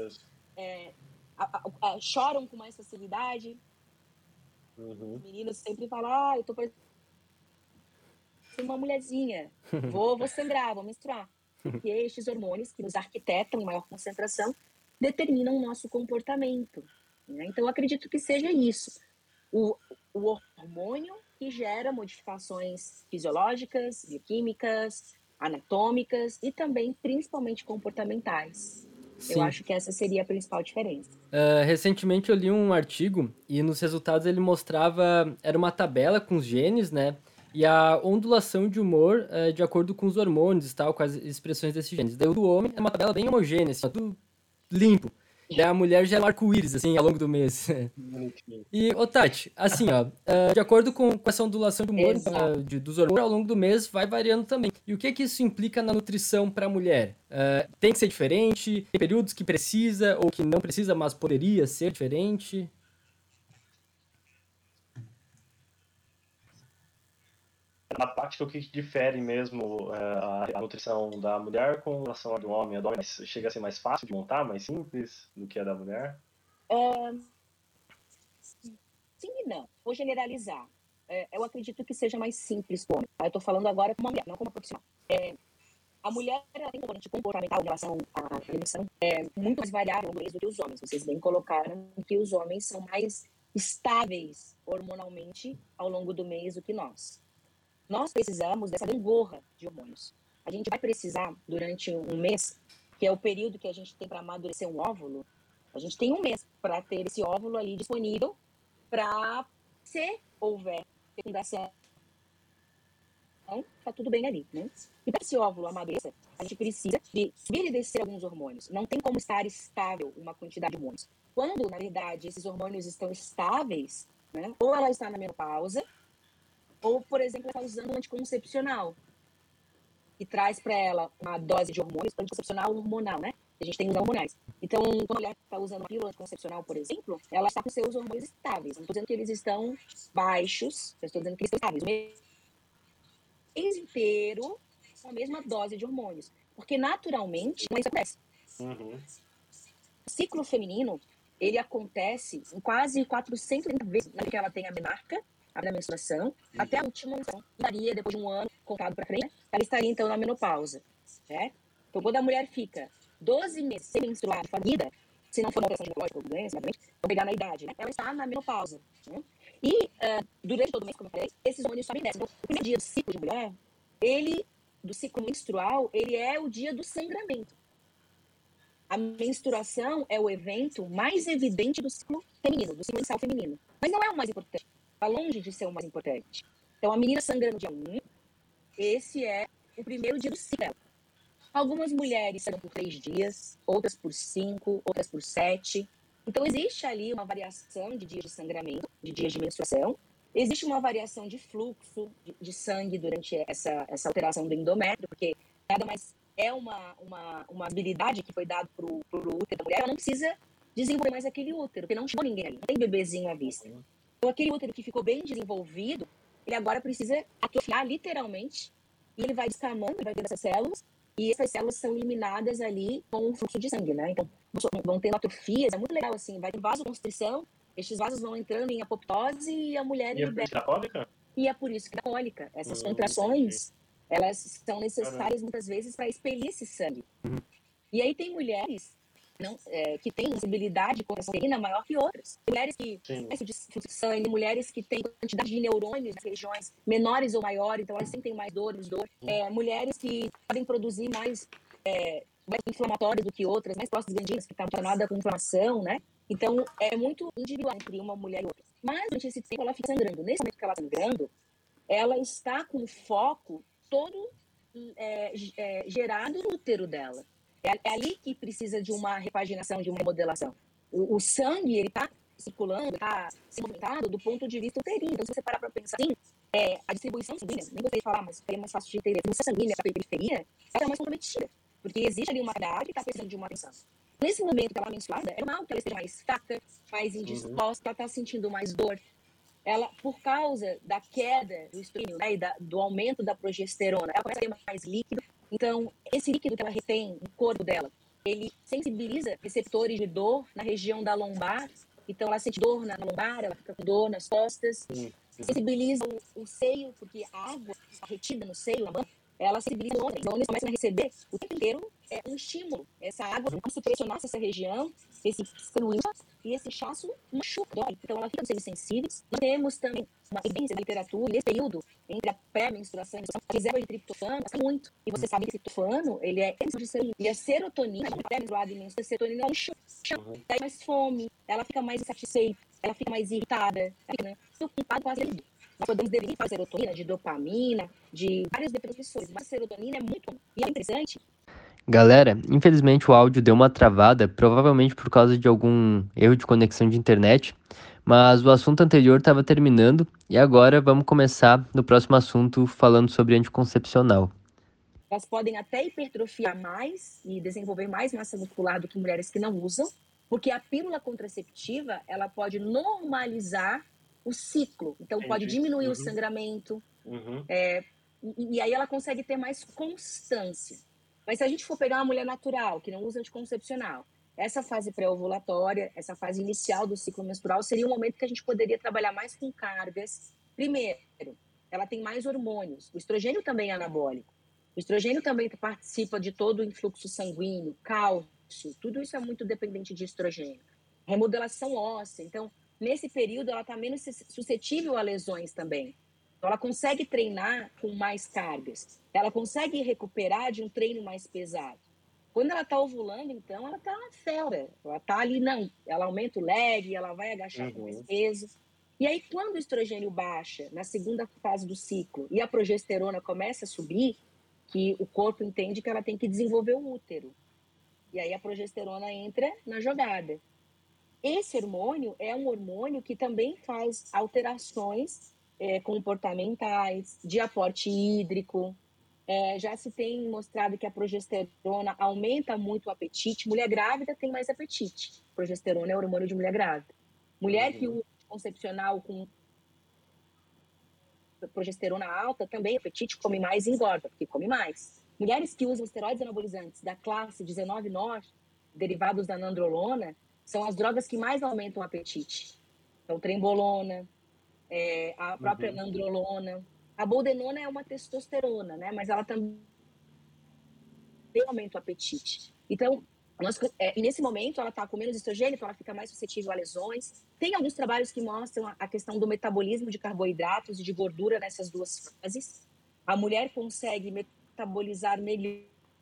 choram com mais facilidade. Os meninos sempre falam, eu tô parecendo uma mulherzinha, vou sangrar, vou menstruar. Porque estes hormônios que nos arquitetam em maior concentração determinam o nosso comportamento. Né? Então, eu acredito que seja isso. O hormônio que gera modificações fisiológicas, bioquímicas, anatômicas e também, principalmente, comportamentais. Sim. Eu acho que essa seria a principal diferença. Recentemente eu li um artigo e nos resultados ele mostrava, era uma tabela com os genes, né? E a ondulação de humor de acordo com os hormônios e tal, com as expressões desses genes. Daí o do homem é uma tabela bem homogênea, assim, ó, tudo limpo. Daí a mulher já é um arco-íris, assim, ao longo do mês. E, Tati, assim, ó, de acordo com essa ondulação de humor dos hormônios ao longo do mês, vai variando também. E o que isso implica na nutrição para a mulher? Tem que ser diferente? Tem períodos que precisa ou que não precisa, mas poderia ser diferente? Na prática, o que difere mesmo a nutrição da mulher com relação à do homem? A do homem chega a ser mais fácil de montar, mais simples do que a da mulher? Sim e não. Vou generalizar. Eu acredito que seja mais simples para o homem. Eu estou falando agora como uma mulher, não como uma profissional. A mulher tem um componente comportamental em relação à alimentação muito mais variável do que os homens. Vocês bem colocaram que os homens são mais estáveis hormonalmente ao longo do mês do que nós. Nós precisamos dessa gangorra de hormônios. A gente vai precisar, durante um mês, que é o período que a gente tem para amadurecer um óvulo, a gente tem um mês para ter esse óvulo ali disponível para, se houver fecundação, tá tudo bem ali, né? E para esse óvulo amadurecer, a gente precisa de subir e descer alguns hormônios. Não tem como estar estável uma quantidade de hormônios. Quando, na verdade, esses hormônios estão estáveis, né? Ou ela está na menopausa, ou, por exemplo, ela está usando um anticoncepcional, que traz para ela uma dose de hormônios, anticoncepcional hormonal, né? A gente tem os hormonais. Então, quando a mulher está usando uma pílula anticoncepcional, por exemplo, ela está com seus hormônios estáveis. Não estou dizendo que eles estão baixos, eu estou dizendo que eles estão estáveis. O mês inteiro, com a mesma dose de hormônios. Porque, naturalmente, não é isso que acontece. O ciclo feminino, ele acontece em quase 430 vezes que ela tem a menarca, da menstruação, até a última menstruação. Varia depois de um ano, contado para frente, ela estaria então na menopausa, né? Então, quando a mulher fica 12 meses sem menstruar de família, se não for uma alteração ginecológica ou doença, obviamente, vão pegar na idade, né? Ela está na menopausa, né? E durante todo o mês, como eu falei, esses hormônios sobem e descem. Então, o primeiro dia do ciclo de mulher, do ciclo menstrual, ele é o dia do sangramento. A menstruação é o evento mais evidente do ciclo feminino, do ciclo mensal feminino. Mas não é o mais importante. Está longe de ser o mais importante. Então, a menina sangrando no dia 1, esse é o primeiro dia do ciclo. Algumas mulheres sangram por 3 dias, outras por 5, outras por 7. Então, existe ali uma variação de dias de sangramento, de dias de menstruação. Existe uma variação de fluxo de sangue durante essa alteração do endométrio, porque nada mais é uma habilidade que foi dada para o útero da mulher. Ela não precisa desenvolver mais aquele útero, porque não chegou ninguém ali, não tem bebezinho à vista. Então, aquele útero que ficou bem desenvolvido, ele agora precisa atrofiar literalmente, e ele vai descamando, vai tendo essas células, e essas células são eliminadas ali com o fluxo de sangue, né? Então, vão tendo atrofias, é muito legal, assim, vai ter vasoconstrição, estes vasos vão entrando em apoptose e a mulher libera. E é por isso que dá cólica. Essas contrações, elas são necessárias muitas vezes para expelir esse sangue. E aí tem mulheres que têm sensibilidade com a uterina maior que outras. Mulheres que têm de fluxo de sangue, mulheres que têm quantidade de neurônios nas regiões menores ou maiores, então elas sentem mais dor. Mulheres que podem produzir mais inflamatórias do que outras, mais prostaglandinas, que está relacionada com inflamação, né? Então, é muito individual entre uma mulher e outra. Mas, durante esse tempo, ela fica sangrando. Nesse momento que ela está sangrando, ela está com o foco todo gerado no útero dela. É ali que precisa de uma repaginação, de uma remodelação. O sangue, ele está circulando, está se movimentando do ponto de vista uterino. Então, se você parar para pensar assim, a distribuição sanguínea, nem gostei de falar, mas é mais fácil de entender. A distribuição sanguínea para a periferia, ela é mais comprometida, porque existe ali uma idade que está precisando de uma atenção. Nesse momento que ela é menstruada, é normal que ela esteja mais fraca, mais indisposta, ela está sentindo mais dor. Ela, por causa da queda do estrônio, né, e do aumento da progesterona, ela começa a ter mais líquido. Então, esse líquido que ela retém no corpo dela, ele sensibiliza receptores de dor na região da lombar. Então, ela sente dor na lombar, ela fica com dor nas costas. Sensibiliza o seio, porque a água retida no seio, na mão, ela sensibiliza os homens. Os homens começam a receber o tempo inteiro um estímulo. Essa água, como se pressionasse essa região, esse fluido e esse inchaço machuca, dói. Então, ela fica nos sensíveis. Nós temos também uma evidência da literatura, nesse período entre a pré-menstruação e a reserva de triptofano, muito. E você sabe que o triptofano, ele é e a serotonina, a pré-menstruada e a serotonina é um chão. Dá mais fome, ela fica mais insatisfeita, ela fica mais irritada, né? Tudo culpado com a libido. Nós podemos definir a serotonina, de dopamina, de vários neurotransmissores, mas a serotonina é muito bom. E é interessante. Galera, infelizmente o áudio deu uma travada, provavelmente por causa de algum erro de conexão de internet, mas o assunto anterior estava terminando e agora vamos começar no próximo assunto falando sobre anticoncepcional. Elas podem até hipertrofiar mais e desenvolver mais massa muscular do que mulheres que não usam, porque a pílula contraceptiva, ela pode normalizar o ciclo. Então, pode diminuir o sangramento. E aí ela consegue ter mais constância. Mas se a gente for pegar uma mulher natural, que não usa anticoncepcional, essa fase pré-ovulatória, essa fase inicial do ciclo menstrual, seria um momento que a gente poderia trabalhar mais com cargas. Primeiro, ela tem mais hormônios. O estrogênio também é anabólico. O estrogênio também participa de todo o influxo sanguíneo, cálcio, tudo isso é muito dependente de estrogênio. Remodelação óssea. Então, nesse período, ela está menos suscetível a lesões também. Então, ela consegue treinar com mais cargas. Ela consegue recuperar de um treino mais pesado. Quando ela está ovulando, então, ela está fera. Ela está ali, não. Ela aumenta o leg, ela vai agachar com mais peso. E aí, quando o estrogênio baixa, na segunda fase do ciclo, e a progesterona começa a subir, que o corpo entende que ela tem que desenvolver o útero. E aí a progesterona entra na jogada. Esse hormônio é um hormônio que também faz alterações comportamentais, de aporte hídrico. Já se tem mostrado que a progesterona aumenta muito o apetite. Mulher grávida tem mais apetite. Progesterona é o hormônio de mulher grávida. Mulher que usa anticoncepcional com progesterona alta, também o apetite come mais e engorda, porque come mais. Mulheres que usam esteroides anabolizantes da classe 19-NOR, derivados da nandrolona, são as drogas que mais aumentam o apetite. Então, trembolona, a própria nandrolona. A boldenona é uma testosterona, né? Mas ela também aumenta o apetite. Então, e nesse momento, ela está com menos estrogênio, então ela fica mais suscetível a lesões. Tem alguns trabalhos que mostram a questão do metabolismo de carboidratos e de gordura nessas duas fases. A mulher consegue metabolizar melhor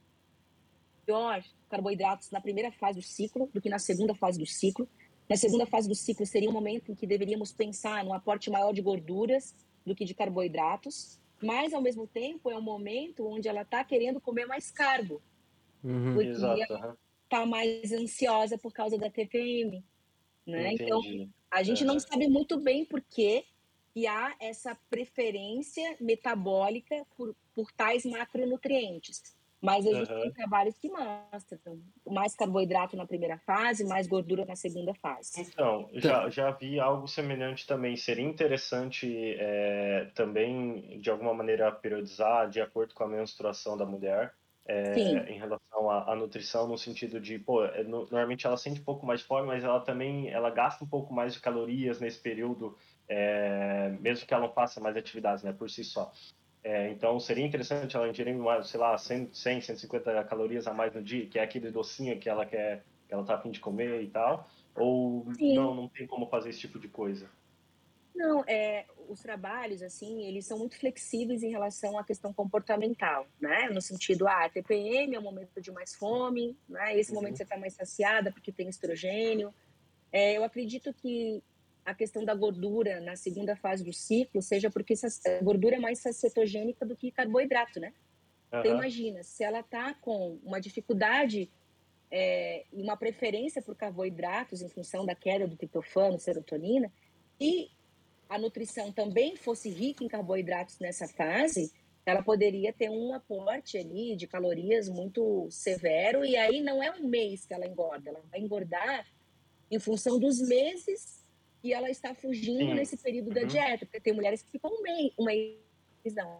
carboidratos na primeira fase do ciclo do que na segunda fase do ciclo. Na segunda fase do ciclo seria um momento em que deveríamos pensar num aporte maior de gorduras do que de carboidratos, mas, ao mesmo tempo, é um momento onde ela está querendo comer mais carbo. Porque ela está mais ansiosa por causa da TPM, né? Então, a gente não sabe muito bem por que há essa preferência metabólica por tais macronutrientes. Mas existem trabalhos que mostram mais carboidrato na primeira fase, mais gordura na segunda fase. Então, já vi algo semelhante também. Seria interessante também, de alguma maneira, periodizar de acordo com a menstruação da mulher. Em relação à nutrição, no sentido de, normalmente ela sente um pouco mais de fome, mas ela gasta um pouco mais de calorias nesse período, mesmo que ela não faça mais atividades, né, por si só. Então, seria interessante ela ingerir, sei lá, 100, 150 calorias a mais no dia, que é aquele docinho que ela quer, que ela tá a fim de comer e tal, ou não tem como fazer esse tipo de coisa? Não, os trabalhos, assim, eles são muito flexíveis em relação à questão comportamental, né? No sentido, a TPM é um momento de mais fome, né? Esse momento você está mais saciada porque tem estrogênio. Eu acredito que a questão da gordura na segunda fase do ciclo seja porque a gordura é mais cetogênica do que carboidrato, né? Então, imagina, se ela está com uma dificuldade e uma preferência por carboidratos em função da queda do triptofano, serotonina, e a nutrição também fosse rica em carboidratos nessa fase, ela poderia ter um aporte ali de calorias muito severo, e aí não é um mês que ela engorda, ela vai engordar em função dos meses que ela está fugindo nesse período da dieta, porque tem mulheres que ficam um mês não.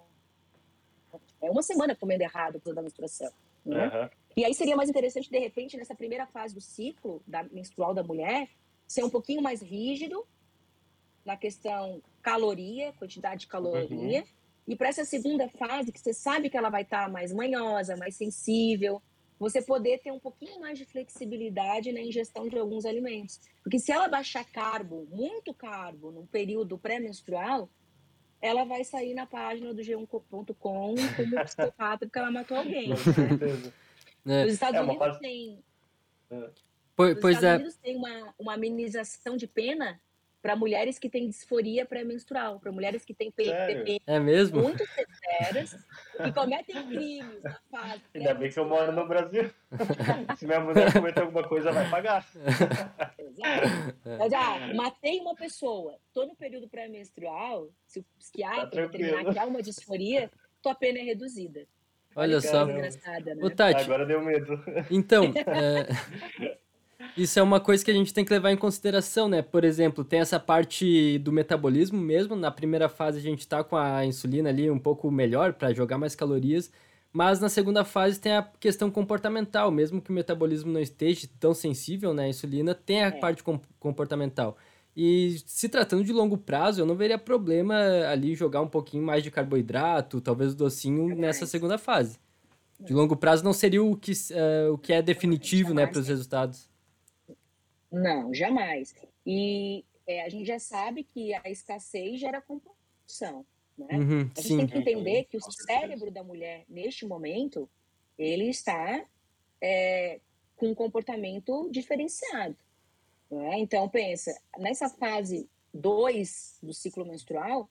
É uma semana comendo errado toda a menstruação, né? E aí seria mais interessante, de repente, nessa primeira fase do ciclo menstrual da mulher, ser um pouquinho mais rígido na questão caloria, quantidade de caloria, E para essa segunda fase, que você sabe que ela vai estar mais manhosa, mais sensível, você poder ter um pouquinho mais de flexibilidade na ingestão de alguns alimentos. Porque se ela baixar carbo, muito carbo, num período pré-menstrual, ela vai sair na página do G1.com como psicopata porque ela matou alguém. Com certeza. Os Estados Unidos têm... Os Pois Estados Unidos têm uma amenização de pena para mulheres que têm disforia pré-menstrual, para mulheres que têm PPM mesmo? muito severas e que cometem crimes na fase. Ainda bem que eu moro no Brasil. Se minha mulher cometer alguma coisa, vai pagar. Exato. Mas, matei uma pessoa, tô no período pré-menstrual, se o psiquiatra determinar que há uma disforia, tua pena é reduzida. Olha só. Engraçada, né? Ô, Tati, agora deu medo. Então, isso é uma coisa que a gente tem que levar em consideração, né? Por exemplo, tem essa parte do metabolismo mesmo. Na primeira fase a gente tá com a insulina ali um pouco melhor para jogar mais calorias, mas na segunda fase tem a questão comportamental, mesmo que o metabolismo não esteja tão sensível, né? A insulina tem a parte comportamental. E se tratando de longo prazo, eu não veria problema ali jogar um pouquinho mais de carboidrato, talvez o docinho nessa segunda fase. De longo prazo não seria o que é definitivo, né, para os resultados. Não, jamais. E a gente já sabe que a escassez gera compulsão, né? A gente tem que entender que o cérebro da mulher, neste momento, ele está com um comportamento diferenciado. Né? Então, pensa, nessa fase 2 do ciclo menstrual,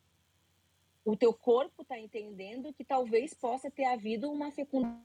o teu corpo está entendendo que talvez possa ter havido uma fecundação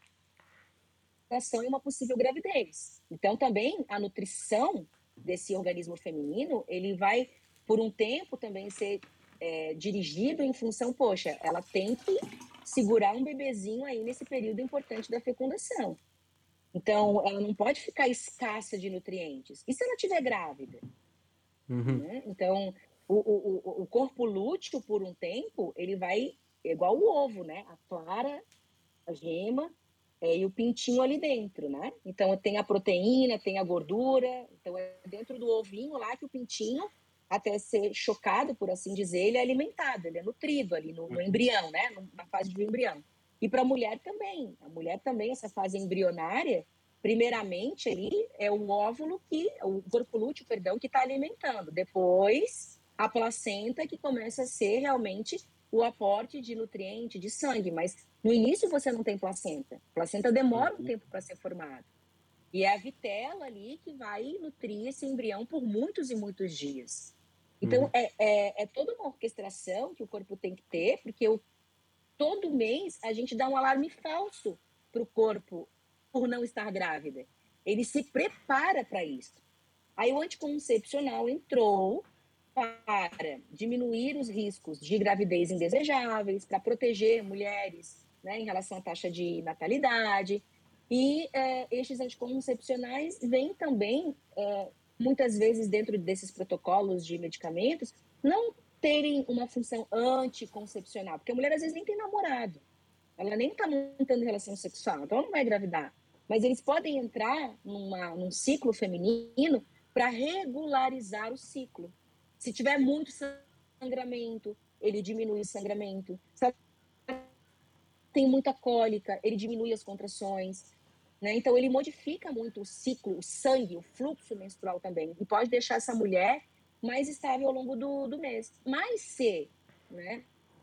e uma possível gravidez. Então, também, a nutrição desse organismo feminino, ele vai, por um tempo, também ser dirigido em função, poxa, ela tem que segurar um bebezinho aí nesse período importante da fecundação. Então, ela não pode ficar escassa de nutrientes. E se ela estiver grávida? Né? Então, o corpo lúteo, por um tempo, ele vai igual o ovo, né? A clara, a gema e o pintinho ali dentro, né? Então, tem a proteína, tem a gordura. Então, é dentro do ovinho lá que o pintinho, até ser chocado, por assim dizer, ele é alimentado, ele é nutrido ali no embrião, né? Na fase do embrião. E para a mulher também. A mulher também, essa fase embrionária, primeiramente ali é o óvulo o corpo lúteo, perdão, que está alimentando. Depois, a placenta que começa a ser realmente o aporte de nutriente, de sangue. Mas no início você não tem placenta. A placenta demora um tempo para ser formada. E é a vitela ali que vai nutrir esse embrião por muitos e muitos dias. Então, é toda uma orquestração que o corpo tem que ter, porque todo mês a gente dá um alarme falso para o corpo por não estar grávida. Ele se prepara para isso. Aí o anticoncepcional entrou para diminuir os riscos de gravidez indesejáveis, para proteger mulheres, né, em relação à taxa de natalidade. E estes anticoncepcionais vêm também, muitas vezes, dentro desses protocolos de medicamentos, não terem uma função anticoncepcional, porque a mulher às vezes nem tem namorado, ela nem está mantendo relação sexual, então ela não vai engravidar. Mas eles podem entrar num ciclo feminino para regularizar o ciclo. Se tiver muito sangramento, ele diminui o sangramento. Se tem muita cólica, ele diminui as contrações. Né? Então, ele modifica muito o ciclo, o sangue, o fluxo menstrual também. E pode deixar essa mulher mais estável ao longo do mês. Mas se, né,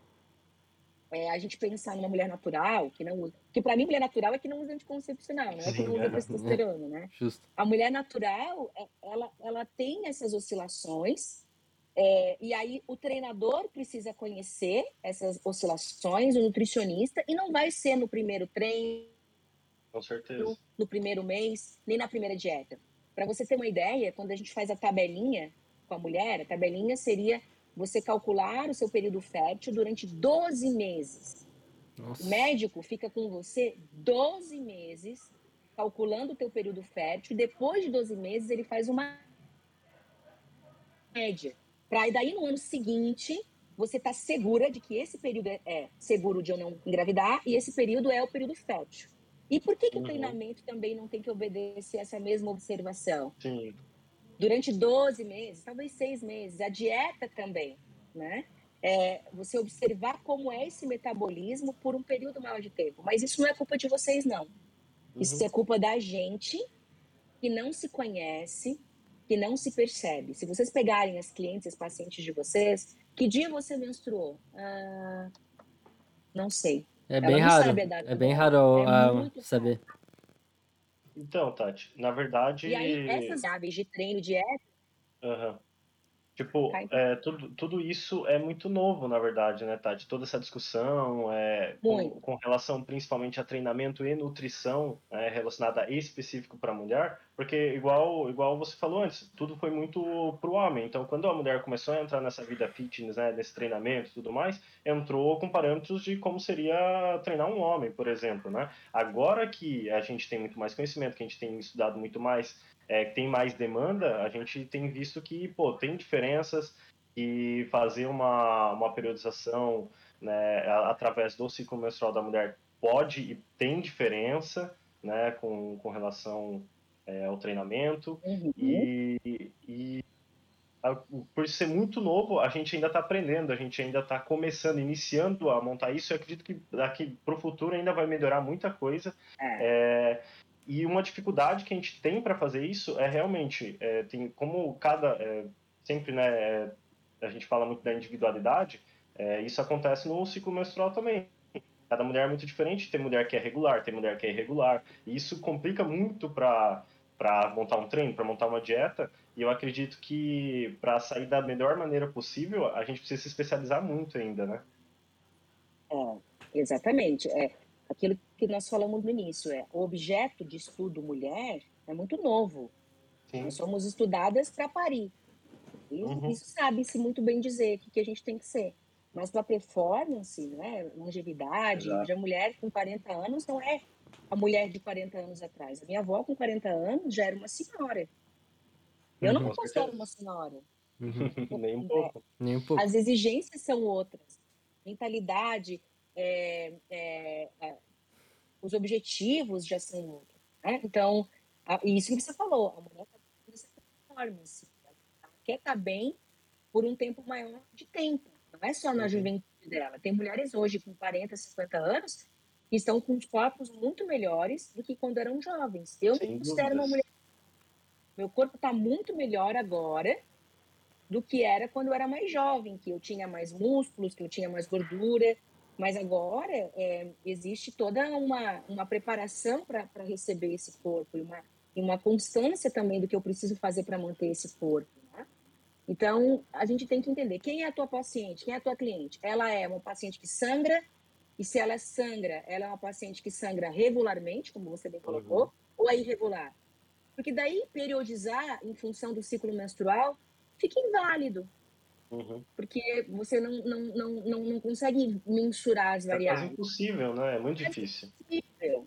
a gente pensar numa mulher natural, que não usa... Porque para mim, mulher natural é que não usa anticoncepcional, não é que não usa testosterona, né? Justo. A mulher natural, ela tem essas oscilações, e aí o treinador precisa conhecer essas oscilações, o nutricionista, e não vai ser no primeiro treino, com certeza, no primeiro mês, nem na primeira dieta. Para você ter uma ideia, quando a gente faz a tabelinha com a mulher, a tabelinha seria você calcular o seu período fértil durante 12 meses. Nossa. O médico fica com você 12 meses calculando o teu período fértil, e depois de 12 meses ele faz uma média. Para daí no ano seguinte você estar segura de que esse período é seguro de eu não engravidar e esse período é o período fértil. E por que o treinamento também não tem que obedecer essa mesma observação? Sim. Durante 12 meses, talvez 6 meses, a dieta também, né? você observar como é esse metabolismo por um período maior de tempo. Mas isso não é culpa de vocês, não. Isso é culpa da gente que não se conhece, que não se percebe. Se vocês pegarem as clientes, as pacientes de vocês, que dia você menstruou? Não sei. É Ela bem não raro. sabe a data É bem dela. raro Muito saber. raro. Então, Tati, na verdade... E aí, essas aves de treino, dieta... Uhum. Tipo, tudo isso é muito novo, na verdade, né, Tati? Toda essa discussão com relação principalmente a treinamento e nutrição relacionada específico para a mulher, porque igual você falou antes, tudo foi muito para o homem. Então, quando a mulher começou a entrar nessa vida fitness, né, nesse treinamento e tudo mais, entrou com parâmetros de como seria treinar um homem, por exemplo, né? Agora que a gente tem muito mais conhecimento, que a gente tem estudado muito mais, que tem mais demanda, a gente tem visto que, pô, tem diferenças e fazer uma periodização, né, através do ciclo menstrual da mulher pode e tem diferença, né, com relação ao treinamento. E por ser muito novo, a gente ainda está aprendendo, a gente ainda está começando, iniciando a montar isso. Eu acredito que daqui para o futuro ainda vai melhorar muita coisa. E uma dificuldade que a gente tem para fazer isso é realmente, tem como sempre, né, a gente fala muito da individualidade, isso acontece no ciclo menstrual também. Cada mulher é muito diferente, tem mulher que é regular, tem mulher que é irregular, e isso complica muito para montar um treino, para montar uma dieta, e eu acredito que para sair da melhor maneira possível, a gente precisa se especializar muito ainda, né? Exatamente. Aquilo que nós falamos no início, o objeto de estudo mulher é muito novo. Sim. Nós somos estudadas para parir. Isso sabe-se muito bem dizer o que a gente tem que ser. Mas para performance, né, longevidade, Exato. hoje a mulher com 40 anos não é a mulher de 40 anos atrás. A minha avó com 40 anos já era uma senhora. Eu não me considero uma senhora. Nem um pouco. Nem um pouco. As exigências são outras. Mentalidade, os objetivos já são outros. Né? Então, isso que você falou, a mulher está tendo essa performance. Ela quer estar bem por um tempo maior de tempo. Não é só na juventude dela. Tem mulheres hoje com 40, 50 anos que estão com os corpos muito melhores do que quando eram jovens. Eu me considero uma mulher. Meu corpo está muito melhor agora do que era quando eu era mais jovem, que eu tinha mais músculos, que eu tinha mais gordura. Mas agora existe toda uma preparação para receber esse corpo e uma constância também do que eu preciso fazer para manter esse corpo. Né? Então, a gente tem que entender quem é a tua paciente, quem é a tua cliente. Ela é uma paciente que sangra, e se ela sangra, ela é uma paciente que sangra regularmente, como você bem colocou, ou é irregular? Porque daí, periodizar em função do ciclo menstrual fica inválido. Porque você não consegue mensurar as variáveis. É quase impossível, né? É muito difícil. Impossível.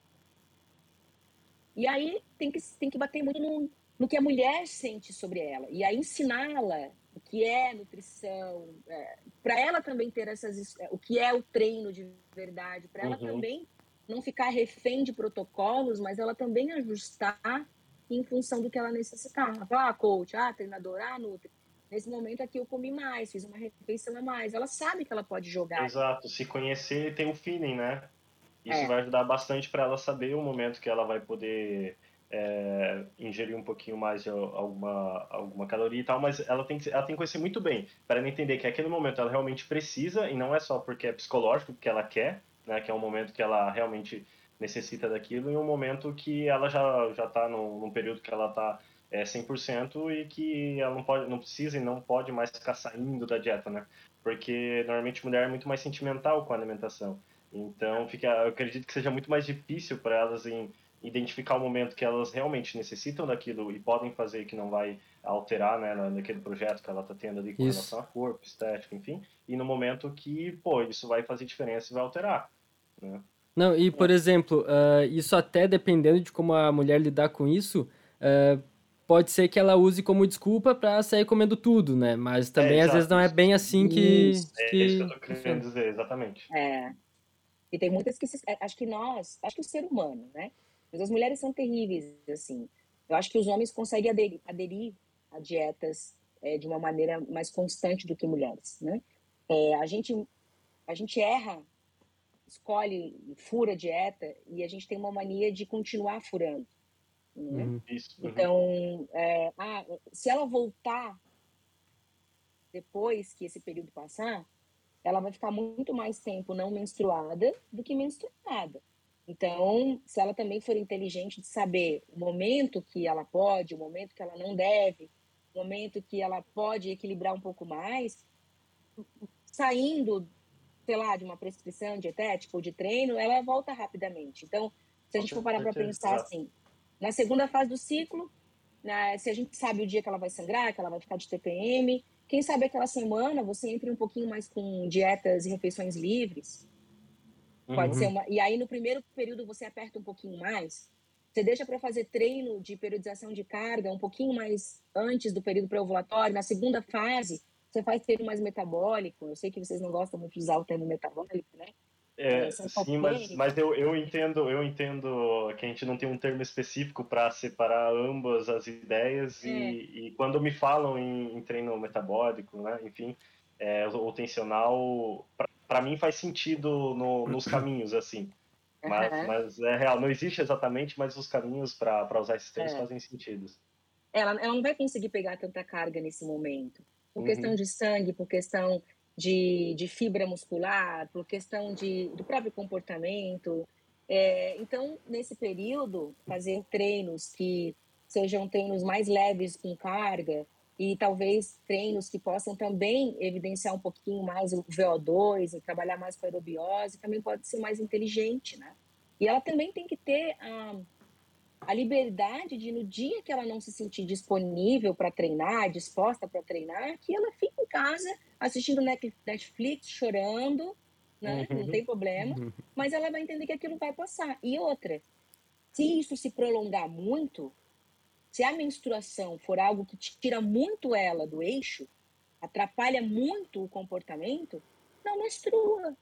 E aí tem que bater muito no que a mulher sente sobre ela. E aí ensiná-la o que é nutrição, para ela também ter o que é o treino de verdade, para ela também não ficar refém de protocolos, mas ela também ajustar em função do que ela necessitar. Coach, treinador, nutri. Nesse momento aqui eu comi mais, fiz uma refeição a mais. Ela sabe que ela pode jogar. Exato, se conhecer tem um feeling, né? Isso vai ajudar bastante para ela saber o momento que ela vai poder ingerir um pouquinho mais de alguma caloria e tal, mas ela tem que conhecer muito bem, para ela entender que aquele momento ela realmente precisa, e não é só porque é psicológico que ela quer, né? Que é um momento que ela realmente necessita daquilo, e um momento que ela já está num período que ela está 100% e que ela não precisa e não pode mais ficar saindo da dieta, né? Porque normalmente mulher é muito mais sentimental com a alimentação. Então, eu acredito que seja muito mais difícil para elas em identificar o momento que elas realmente necessitam daquilo e podem fazer, que não vai alterar, né, naquele projeto que ela está tendo ali com relação a corpo, estética, enfim, e no momento que, isso vai fazer diferença e vai alterar, né? Não, e por exemplo, isso até dependendo de como a mulher lidar com isso, pode ser que ela use como desculpa para sair comendo tudo, né? Mas também às vezes não é bem assim que... Isso que eu tô querendo dizer, exatamente. E tem muitas que acho que o ser humano, né? Mas as mulheres são terríveis, assim. Eu acho que os homens conseguem aderir a dietas de uma maneira mais constante do que mulheres, né? A gente erra, escolhe, fura a dieta e a gente tem uma mania de continuar furando. Né? Isso. Então, se ela voltar depois que esse período passar, ela vai ficar muito mais tempo não menstruada do que menstruada. Então, se ela também for inteligente de saber o momento que ela pode, o momento que ela não deve, o momento que ela pode equilibrar um pouco mais, saindo, sei lá, de uma prescrição dietética ou de treino, ela volta rapidamente. Então, se a gente for parar para pensar assim, na segunda fase do ciclo, se a gente sabe o dia que ela vai sangrar, que ela vai ficar de TPM, quem sabe aquela semana você entre um pouquinho mais com dietas e refeições livres. Pode ser e aí no primeiro período você aperta um pouquinho mais. Você deixa para fazer treino de periodização de carga um pouquinho mais antes do período pré-ovulatório. Na segunda fase, você faz treino mais metabólico. Eu sei que vocês não gostam muito de usar o termo metabólico, né? Sim, mas eu entendo que a gente não tem um termo específico para separar ambas as ideias e quando me falam em treino metabólico, né, enfim, ou tensional, para mim faz sentido nos caminhos, assim, mas é real, não existe exatamente, mas os caminhos para usar esses termos fazem sentido. Ela não vai conseguir pegar tanta carga nesse momento, por questão de sangue, por questão de fibra muscular, por questão do próprio comportamento. Então, nesse período, fazer treinos que sejam treinos mais leves com carga e talvez treinos que possam também evidenciar um pouquinho mais o VO2 e trabalhar mais com a aerobiose, também pode ser mais inteligente, né? E ela também tem que ter a liberdade de, no dia que ela não se sentir disponível para treinar, disposta para treinar, que ela fique em casa assistindo Netflix, chorando, né? Não tem problema, mas ela vai entender que aquilo vai passar. E outra, se isso se prolongar muito, se a menstruação for algo que tira muito ela do eixo, atrapalha muito o comportamento, não menstrua.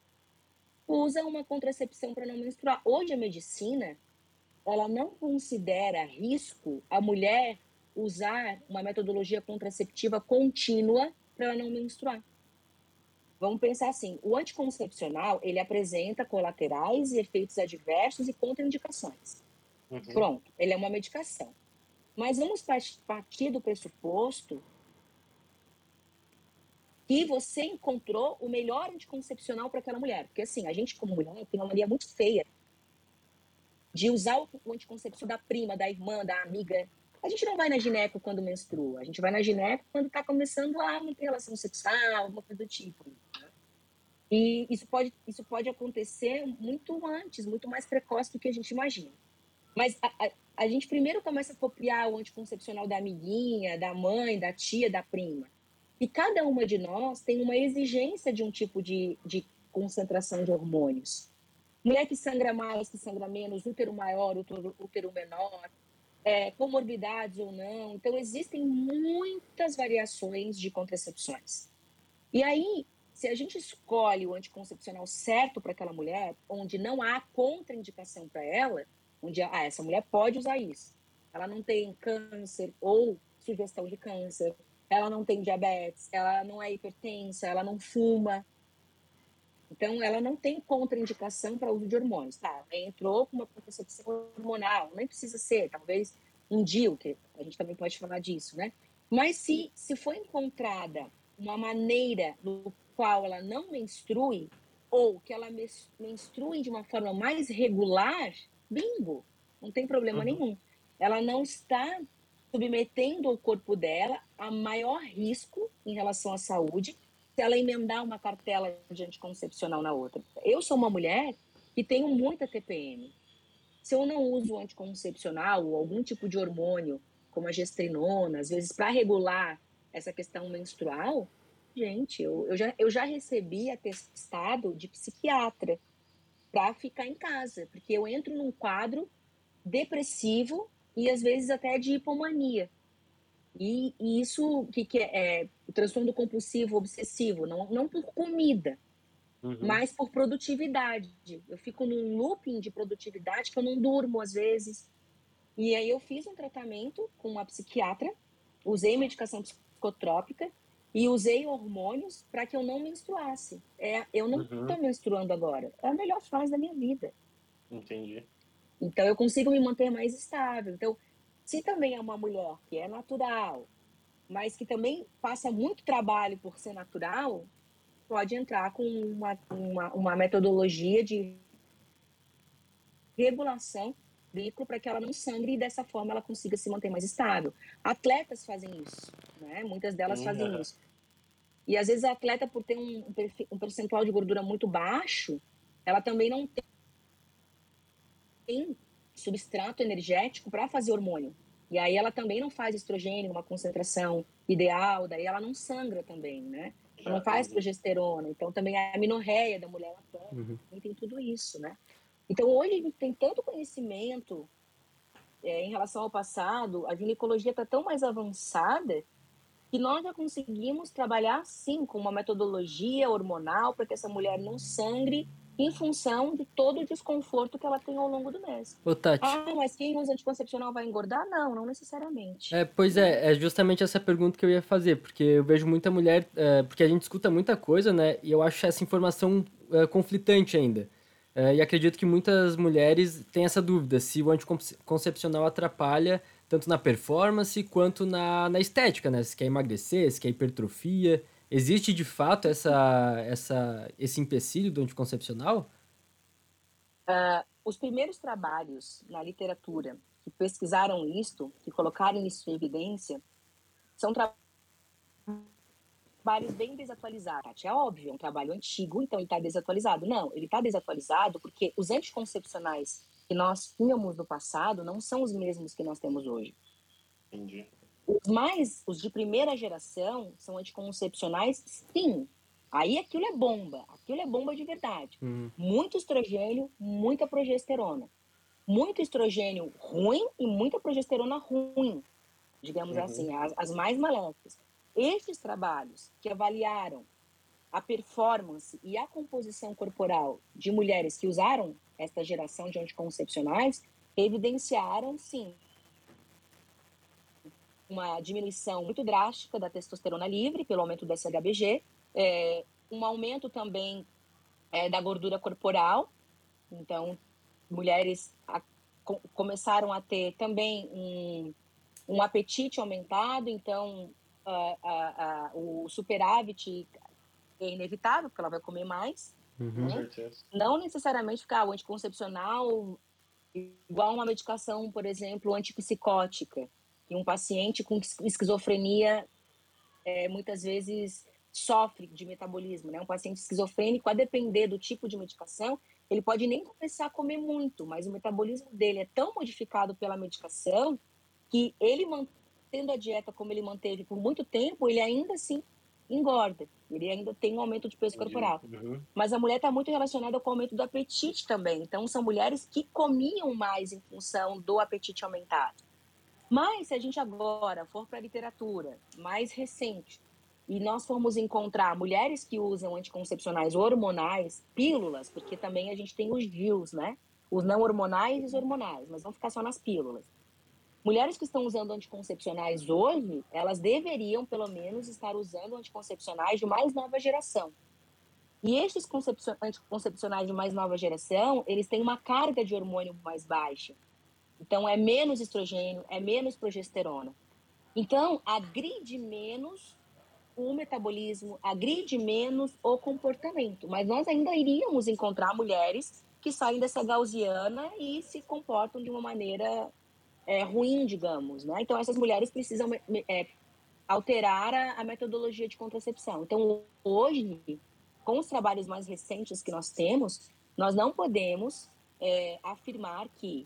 Usa uma contracepção para não menstruar. Hoje a medicina ela não considera risco a mulher usar uma metodologia contraceptiva contínua para ela não menstruar. Vamos pensar assim, o anticoncepcional, ele apresenta colaterais e efeitos adversos e contraindicações. Pronto, ele é uma medicação. Mas vamos partir do pressuposto que você encontrou o melhor anticoncepcional para aquela mulher. Porque assim, a gente como mulher tem uma mania muito feia de usar o anticoncepcional da prima, da irmã, da amiga. A gente não vai na gineco quando menstrua, a gente vai na gineco quando está começando a ter relação sexual, alguma coisa do tipo. Né? E isso pode acontecer muito antes, muito mais precoce do que a gente imagina. Mas a gente primeiro começa a copiar o anticoncepcional da amiguinha, da mãe, da tia, da prima. E cada uma de nós tem uma exigência de um tipo de concentração de hormônios. Mulher que sangra mais, que sangra menos, útero maior, útero menor, comorbidades ou não. Então, existem muitas variações de contracepções. E aí, se a gente escolhe o anticoncepcional certo para aquela mulher, onde não há contraindicação para ela, onde essa mulher pode usar isso. Ela não tem câncer ou sugestão de câncer, ela não tem diabetes, ela não é hipertensa, ela não fuma. Então, ela não tem contraindicação para uso de hormônios. Tá, ela entrou com uma contracepção hormonal, nem precisa ser, talvez um DIU, que a gente também pode falar disso, né? Mas se for encontrada uma maneira no qual ela não menstrue, ou que ela menstrue de uma forma mais regular, bingo, não tem problema nenhum. Ela não está submetendo o corpo dela a maior risco em relação à saúde, se ela emendar uma cartela de anticoncepcional na outra. Eu sou uma mulher que tenho muita TPM. Se eu não uso anticoncepcional ou algum tipo de hormônio, como a gestrinona, às vezes para regular essa questão menstrual, gente, eu já recebi atestado de psiquiatra para ficar em casa, porque eu entro num quadro depressivo e às vezes até de hipomania. E isso que é o transtorno compulsivo obsessivo, não por comida, mas por produtividade. Eu fico num looping de produtividade que eu não durmo às vezes. E aí eu fiz um tratamento com uma psiquiatra, usei medicação psicotrópica e usei hormônios para que eu não menstruasse. Eu não estou menstruando agora. É a melhor fase da minha vida. Entendi. Então, eu consigo me manter mais estável. Então, se também é uma mulher que é natural, mas que também passa muito trabalho por ser natural, pode entrar com uma metodologia de regulação ciclo para que ela não sangre e dessa forma ela consiga se manter mais estável. Atletas fazem isso, né? Muitas delas fazem isso. E às vezes a atleta, por ter um percentual de gordura muito baixo, ela também não tem substrato energético para fazer hormônio. E aí ela também não faz estrogênio numa concentração ideal, daí ela não sangra também, né? Ela não faz progesterona, então também a amenorreia da mulher tem tudo isso, né? Então hoje a gente tem tanto conhecimento em relação ao passado, a ginecologia está tão mais avançada que nós já conseguimos trabalhar, sim, com uma metodologia hormonal para que essa mulher não sangre em função de todo o desconforto que ela tem ao longo do mês. Ô, Tati. Mas quem usa anticoncepcional vai engordar? Não, não necessariamente. Pois é justamente essa pergunta que eu ia fazer, porque eu vejo muita mulher, porque a gente escuta muita coisa, né, e eu acho essa informação conflitante ainda. E acredito que muitas mulheres têm essa dúvida, se o anticoncepcional atrapalha tanto na performance quanto na estética, né, se quer emagrecer, se quer hipertrofia. Existe de fato esse empecilho do anticoncepcional? Os primeiros trabalhos na literatura que pesquisaram isto, que colocaram isso em evidência, são trabalhos bem desatualizados. É óbvio, é um trabalho antigo, então ele está desatualizado. Não, ele está desatualizado porque os anticoncepcionais que nós tínhamos no passado não são os mesmos que nós temos hoje. Entendi. Os de primeira geração são anticoncepcionais, sim. Aí aquilo é bomba de verdade. Muito estrogênio, muita progesterona. Muito estrogênio ruim e muita progesterona ruim, digamos assim, as mais maléficas. Estes trabalhos que avaliaram a performance e a composição corporal de mulheres que usaram esta geração de anticoncepcionais evidenciaram, sim, uma diminuição muito drástica da testosterona livre pelo aumento do SHBG, um aumento também da gordura corporal. Então, mulheres começaram a ter também um apetite aumentado, então o superávit é inevitável, porque ela vai comer mais. Né? Não necessariamente ficar o anticoncepcional igual uma medicação, por exemplo, antipsicótica, que um paciente com esquizofrenia muitas vezes sofre de metabolismo, né? Um paciente esquizofrênico, a depender do tipo de medicação, ele pode nem começar a comer muito, mas o metabolismo dele é tão modificado pela medicação que ele mantendo a dieta como ele manteve por muito tempo, ele ainda assim engorda, ele ainda tem um aumento de peso corporal. Mas a mulher está muito relacionada com o aumento do apetite também, então são mulheres que comiam mais em função do apetite aumentado. Mas se a gente agora for para a literatura mais recente e nós formos encontrar mulheres que usam anticoncepcionais hormonais, pílulas, porque também a gente tem os DIUs, né? Os não hormonais e os hormonais, mas vamos ficar só nas pílulas. Mulheres que estão usando anticoncepcionais hoje, elas deveriam, pelo menos, estar usando anticoncepcionais de mais nova geração. E estes anticoncepcionais de mais nova geração, eles têm uma carga de hormônio mais baixa. Então, é menos estrogênio, é menos progesterona. Então, agride menos o metabolismo, agride menos o comportamento. Mas nós ainda iríamos encontrar mulheres que saem dessa gaussiana e se comportam de uma maneira ruim, digamos. Né? Então, essas mulheres precisam alterar a metodologia de contracepção. Então, hoje, com os trabalhos mais recentes que nós temos, nós não podemos afirmar que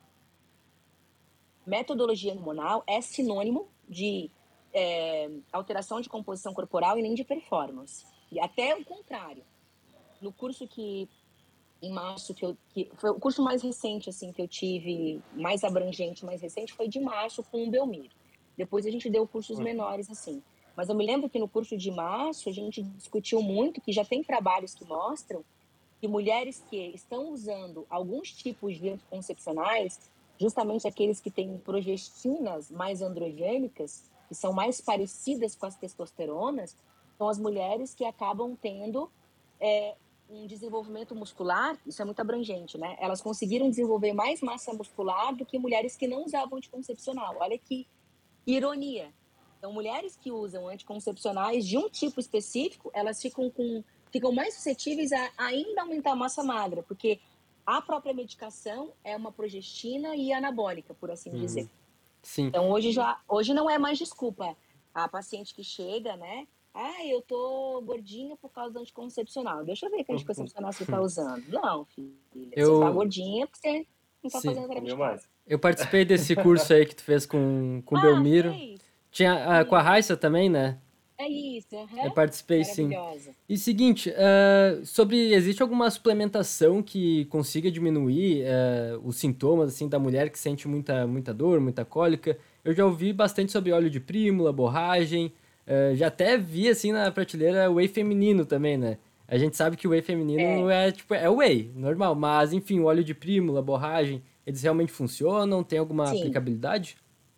metodologia hormonal é sinônimo de alteração de composição corporal e nem de performance. E até o contrário. No curso que, em março, que foi o curso mais recente assim, que eu tive, mais abrangente, mais recente, foi de março com o Belmiro. Depois a gente deu cursos menores assim. Mas eu me lembro que no curso de março a gente discutiu muito, que já tem trabalhos que mostram que mulheres que estão usando alguns tipos de anticoncepcionais, justamente aqueles que têm progestinas mais androgênicas, que são mais parecidas com as testosteronas, são as mulheres que acabam tendo um desenvolvimento muscular, isso é muito abrangente, né? Elas conseguiram desenvolver mais massa muscular do que mulheres que não usavam anticoncepcional. Olha que ironia. Então, mulheres que usam anticoncepcionais de um tipo específico, elas ficam mais suscetíveis a ainda aumentar a massa magra, porque a própria medicação é uma progestina e anabólica, por assim dizer. Sim. Então, hoje não é mais desculpa. A paciente que chega, né? Eu tô gordinha por causa do anticoncepcional. Deixa eu ver que anticoncepcional você tá usando. Não, filha. Você tá gordinha porque você não tá fazendo tarefa de casa. Eu participei desse curso aí que tu fez com o Belmiro. Tinha com a Raissa também, né? É isso, Eu participei, sim. Maravilhosa. E seguinte, existe alguma suplementação que consiga diminuir os sintomas, assim, da mulher que sente muita dor, muita cólica? Eu já ouvi bastante sobre óleo de prímula, borragem, já até vi, assim, na prateleira whey feminino também, né? A gente sabe que o whey feminino é whey, normal, mas, enfim, o óleo de prímula, borragem, eles realmente funcionam? Tem alguma aplicabilidade?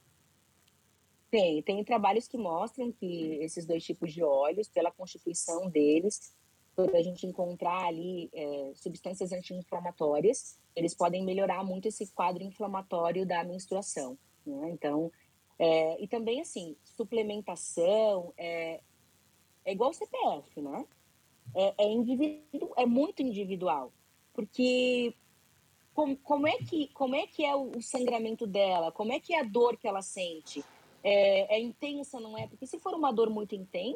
Tem trabalhos que mostram que esses dois tipos de óleos, pela constituição deles, por a gente encontrar ali substâncias anti-inflamatórias, eles podem melhorar muito esse quadro inflamatório da menstruação, né? Então, e também, assim, suplementação é igual CPF, né? É muito individual, porque como é que é o sangramento dela? Como é que é a dor que ela sente? É intensa, não é? Porque se for uma dor muito intensa,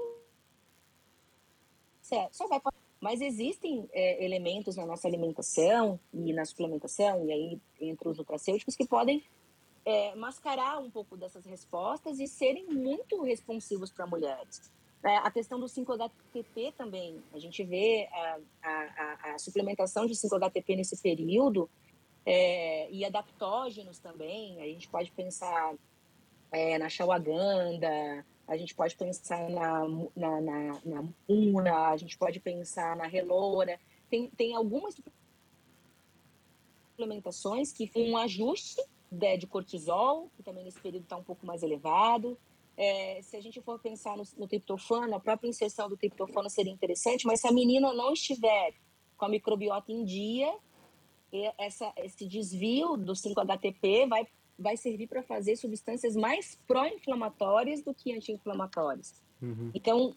só vai... Mas existem elementos na nossa alimentação e na suplementação, e aí entre os nutracêuticos, que podem mascarar um pouco dessas respostas e serem muito responsivos para mulheres. A questão do 5-HTP também, a gente vê a suplementação de 5-HTP nesse período, e adaptógenos também, a gente pode pensar na ashwagandha, a gente pode pensar na muna, a gente pode pensar na relora. Tem algumas suplementações que tem um ajuste de cortisol, que também nesse período está um pouco mais elevado. Se a gente for pensar no triptofano, a própria inserção do triptofano seria interessante, mas se a menina não estiver com a microbiota em dia, esse desvio do 5-HTP vai servir para fazer substâncias mais pró-inflamatórias do que anti-inflamatórias. Uhum. Então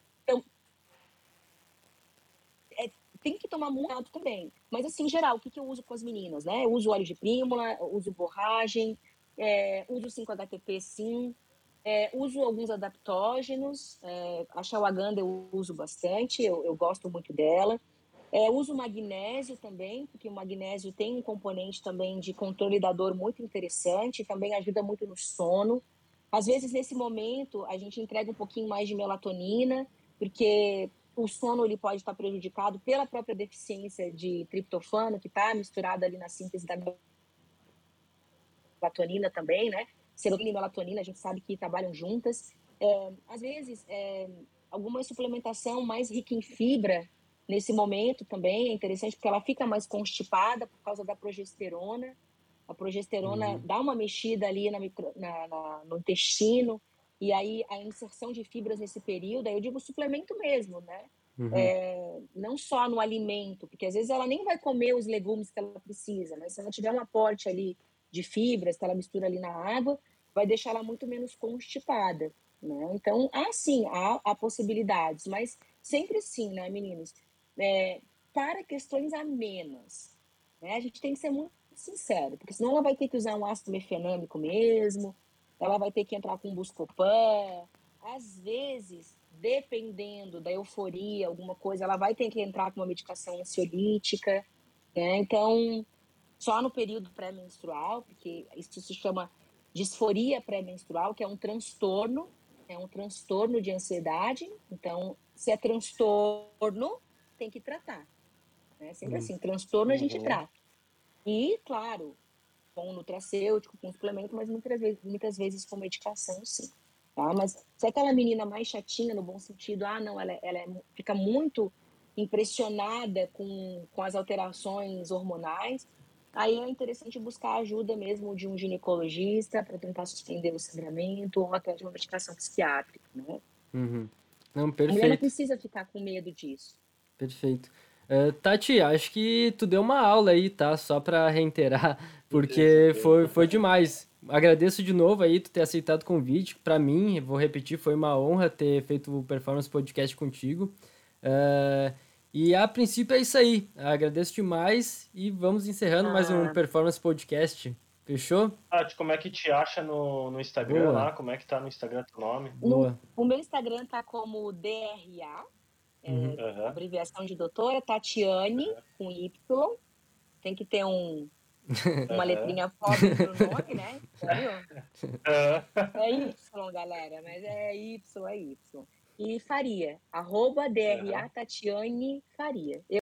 tem que tomar muito cuidado também. Mas, assim, em geral, o que eu uso com as meninas, né? Eu uso óleo de prímula, uso borragem, uso 5-HTP, sim. Uso alguns adaptógenos. A ashwagandha eu uso bastante, eu gosto muito dela. Uso magnésio também, porque o magnésio tem um componente também de controle da dor muito interessante, também ajuda muito no sono. Às vezes, nesse momento, a gente entrega um pouquinho mais de melatonina, porque o sono ele pode estar prejudicado pela própria deficiência de triptofano, que está misturado ali na síntese da melatonina também, né? Serotonina e melatonina, a gente sabe que trabalham juntas. Às vezes, alguma suplementação mais rica em fibra, nesse momento também é interessante, porque ela fica mais constipada por causa da progesterona. A progesterona dá uma mexida ali no intestino, e aí a inserção de fibras nesse período, aí eu digo suplemento mesmo, né? Não só no alimento, porque às vezes ela nem vai comer os legumes que ela precisa, mas se ela tiver um aporte ali de fibras, que ela mistura ali na água, vai deixar ela muito menos constipada, né? Então, sim, há possibilidades, mas sempre sim, né, meninos? Para questões amenas, né? A gente tem que ser muito sincero, porque senão ela vai ter que usar um ácido mefenâmico mesmo, ela vai ter que entrar com Buscopan, às vezes, dependendo da euforia, alguma coisa, ela vai ter que entrar com uma medicação ansiolítica, né? Então, só no período pré-menstrual, porque isso se chama disforia pré-menstrual, que é um transtorno de ansiedade. Então, se é transtorno, tem que tratar, né? Sempre assim, transtorno a gente trata. E, claro, com nutracêutico, com suplemento, mas muitas vezes com medicação, sim. Tá? Mas se é aquela menina mais chatinha, no bom sentido, não, ela fica muito impressionada com as alterações hormonais, aí é interessante buscar ajuda mesmo de um ginecologista para tentar suspender o sangramento ou até de uma medicação psiquiátrica, né? Uhum. Não, A mulher não perfeito. precisa ficar com medo disso. Perfeito. Tati, acho que tu deu uma aula aí, tá? Só para reiterar, porque foi demais. Agradeço de novo aí tu ter aceitado o convite. Para mim, vou repetir, foi uma honra ter feito o Performance Podcast contigo. E a princípio é isso aí. Agradeço demais e vamos encerrando mais um Performance Podcast. Fechou? Tati, como é que te acha no Instagram Boa. lá? Como é que tá no Instagram teu nome? Boa. O meu Instagram tá como DRA, abreviação de doutora, Tatiane, com Y. Tem que ter uma letrinha pobre pro nome, né? É Y, galera, mas é Y. E Faria, @DRA Tatiane Faria.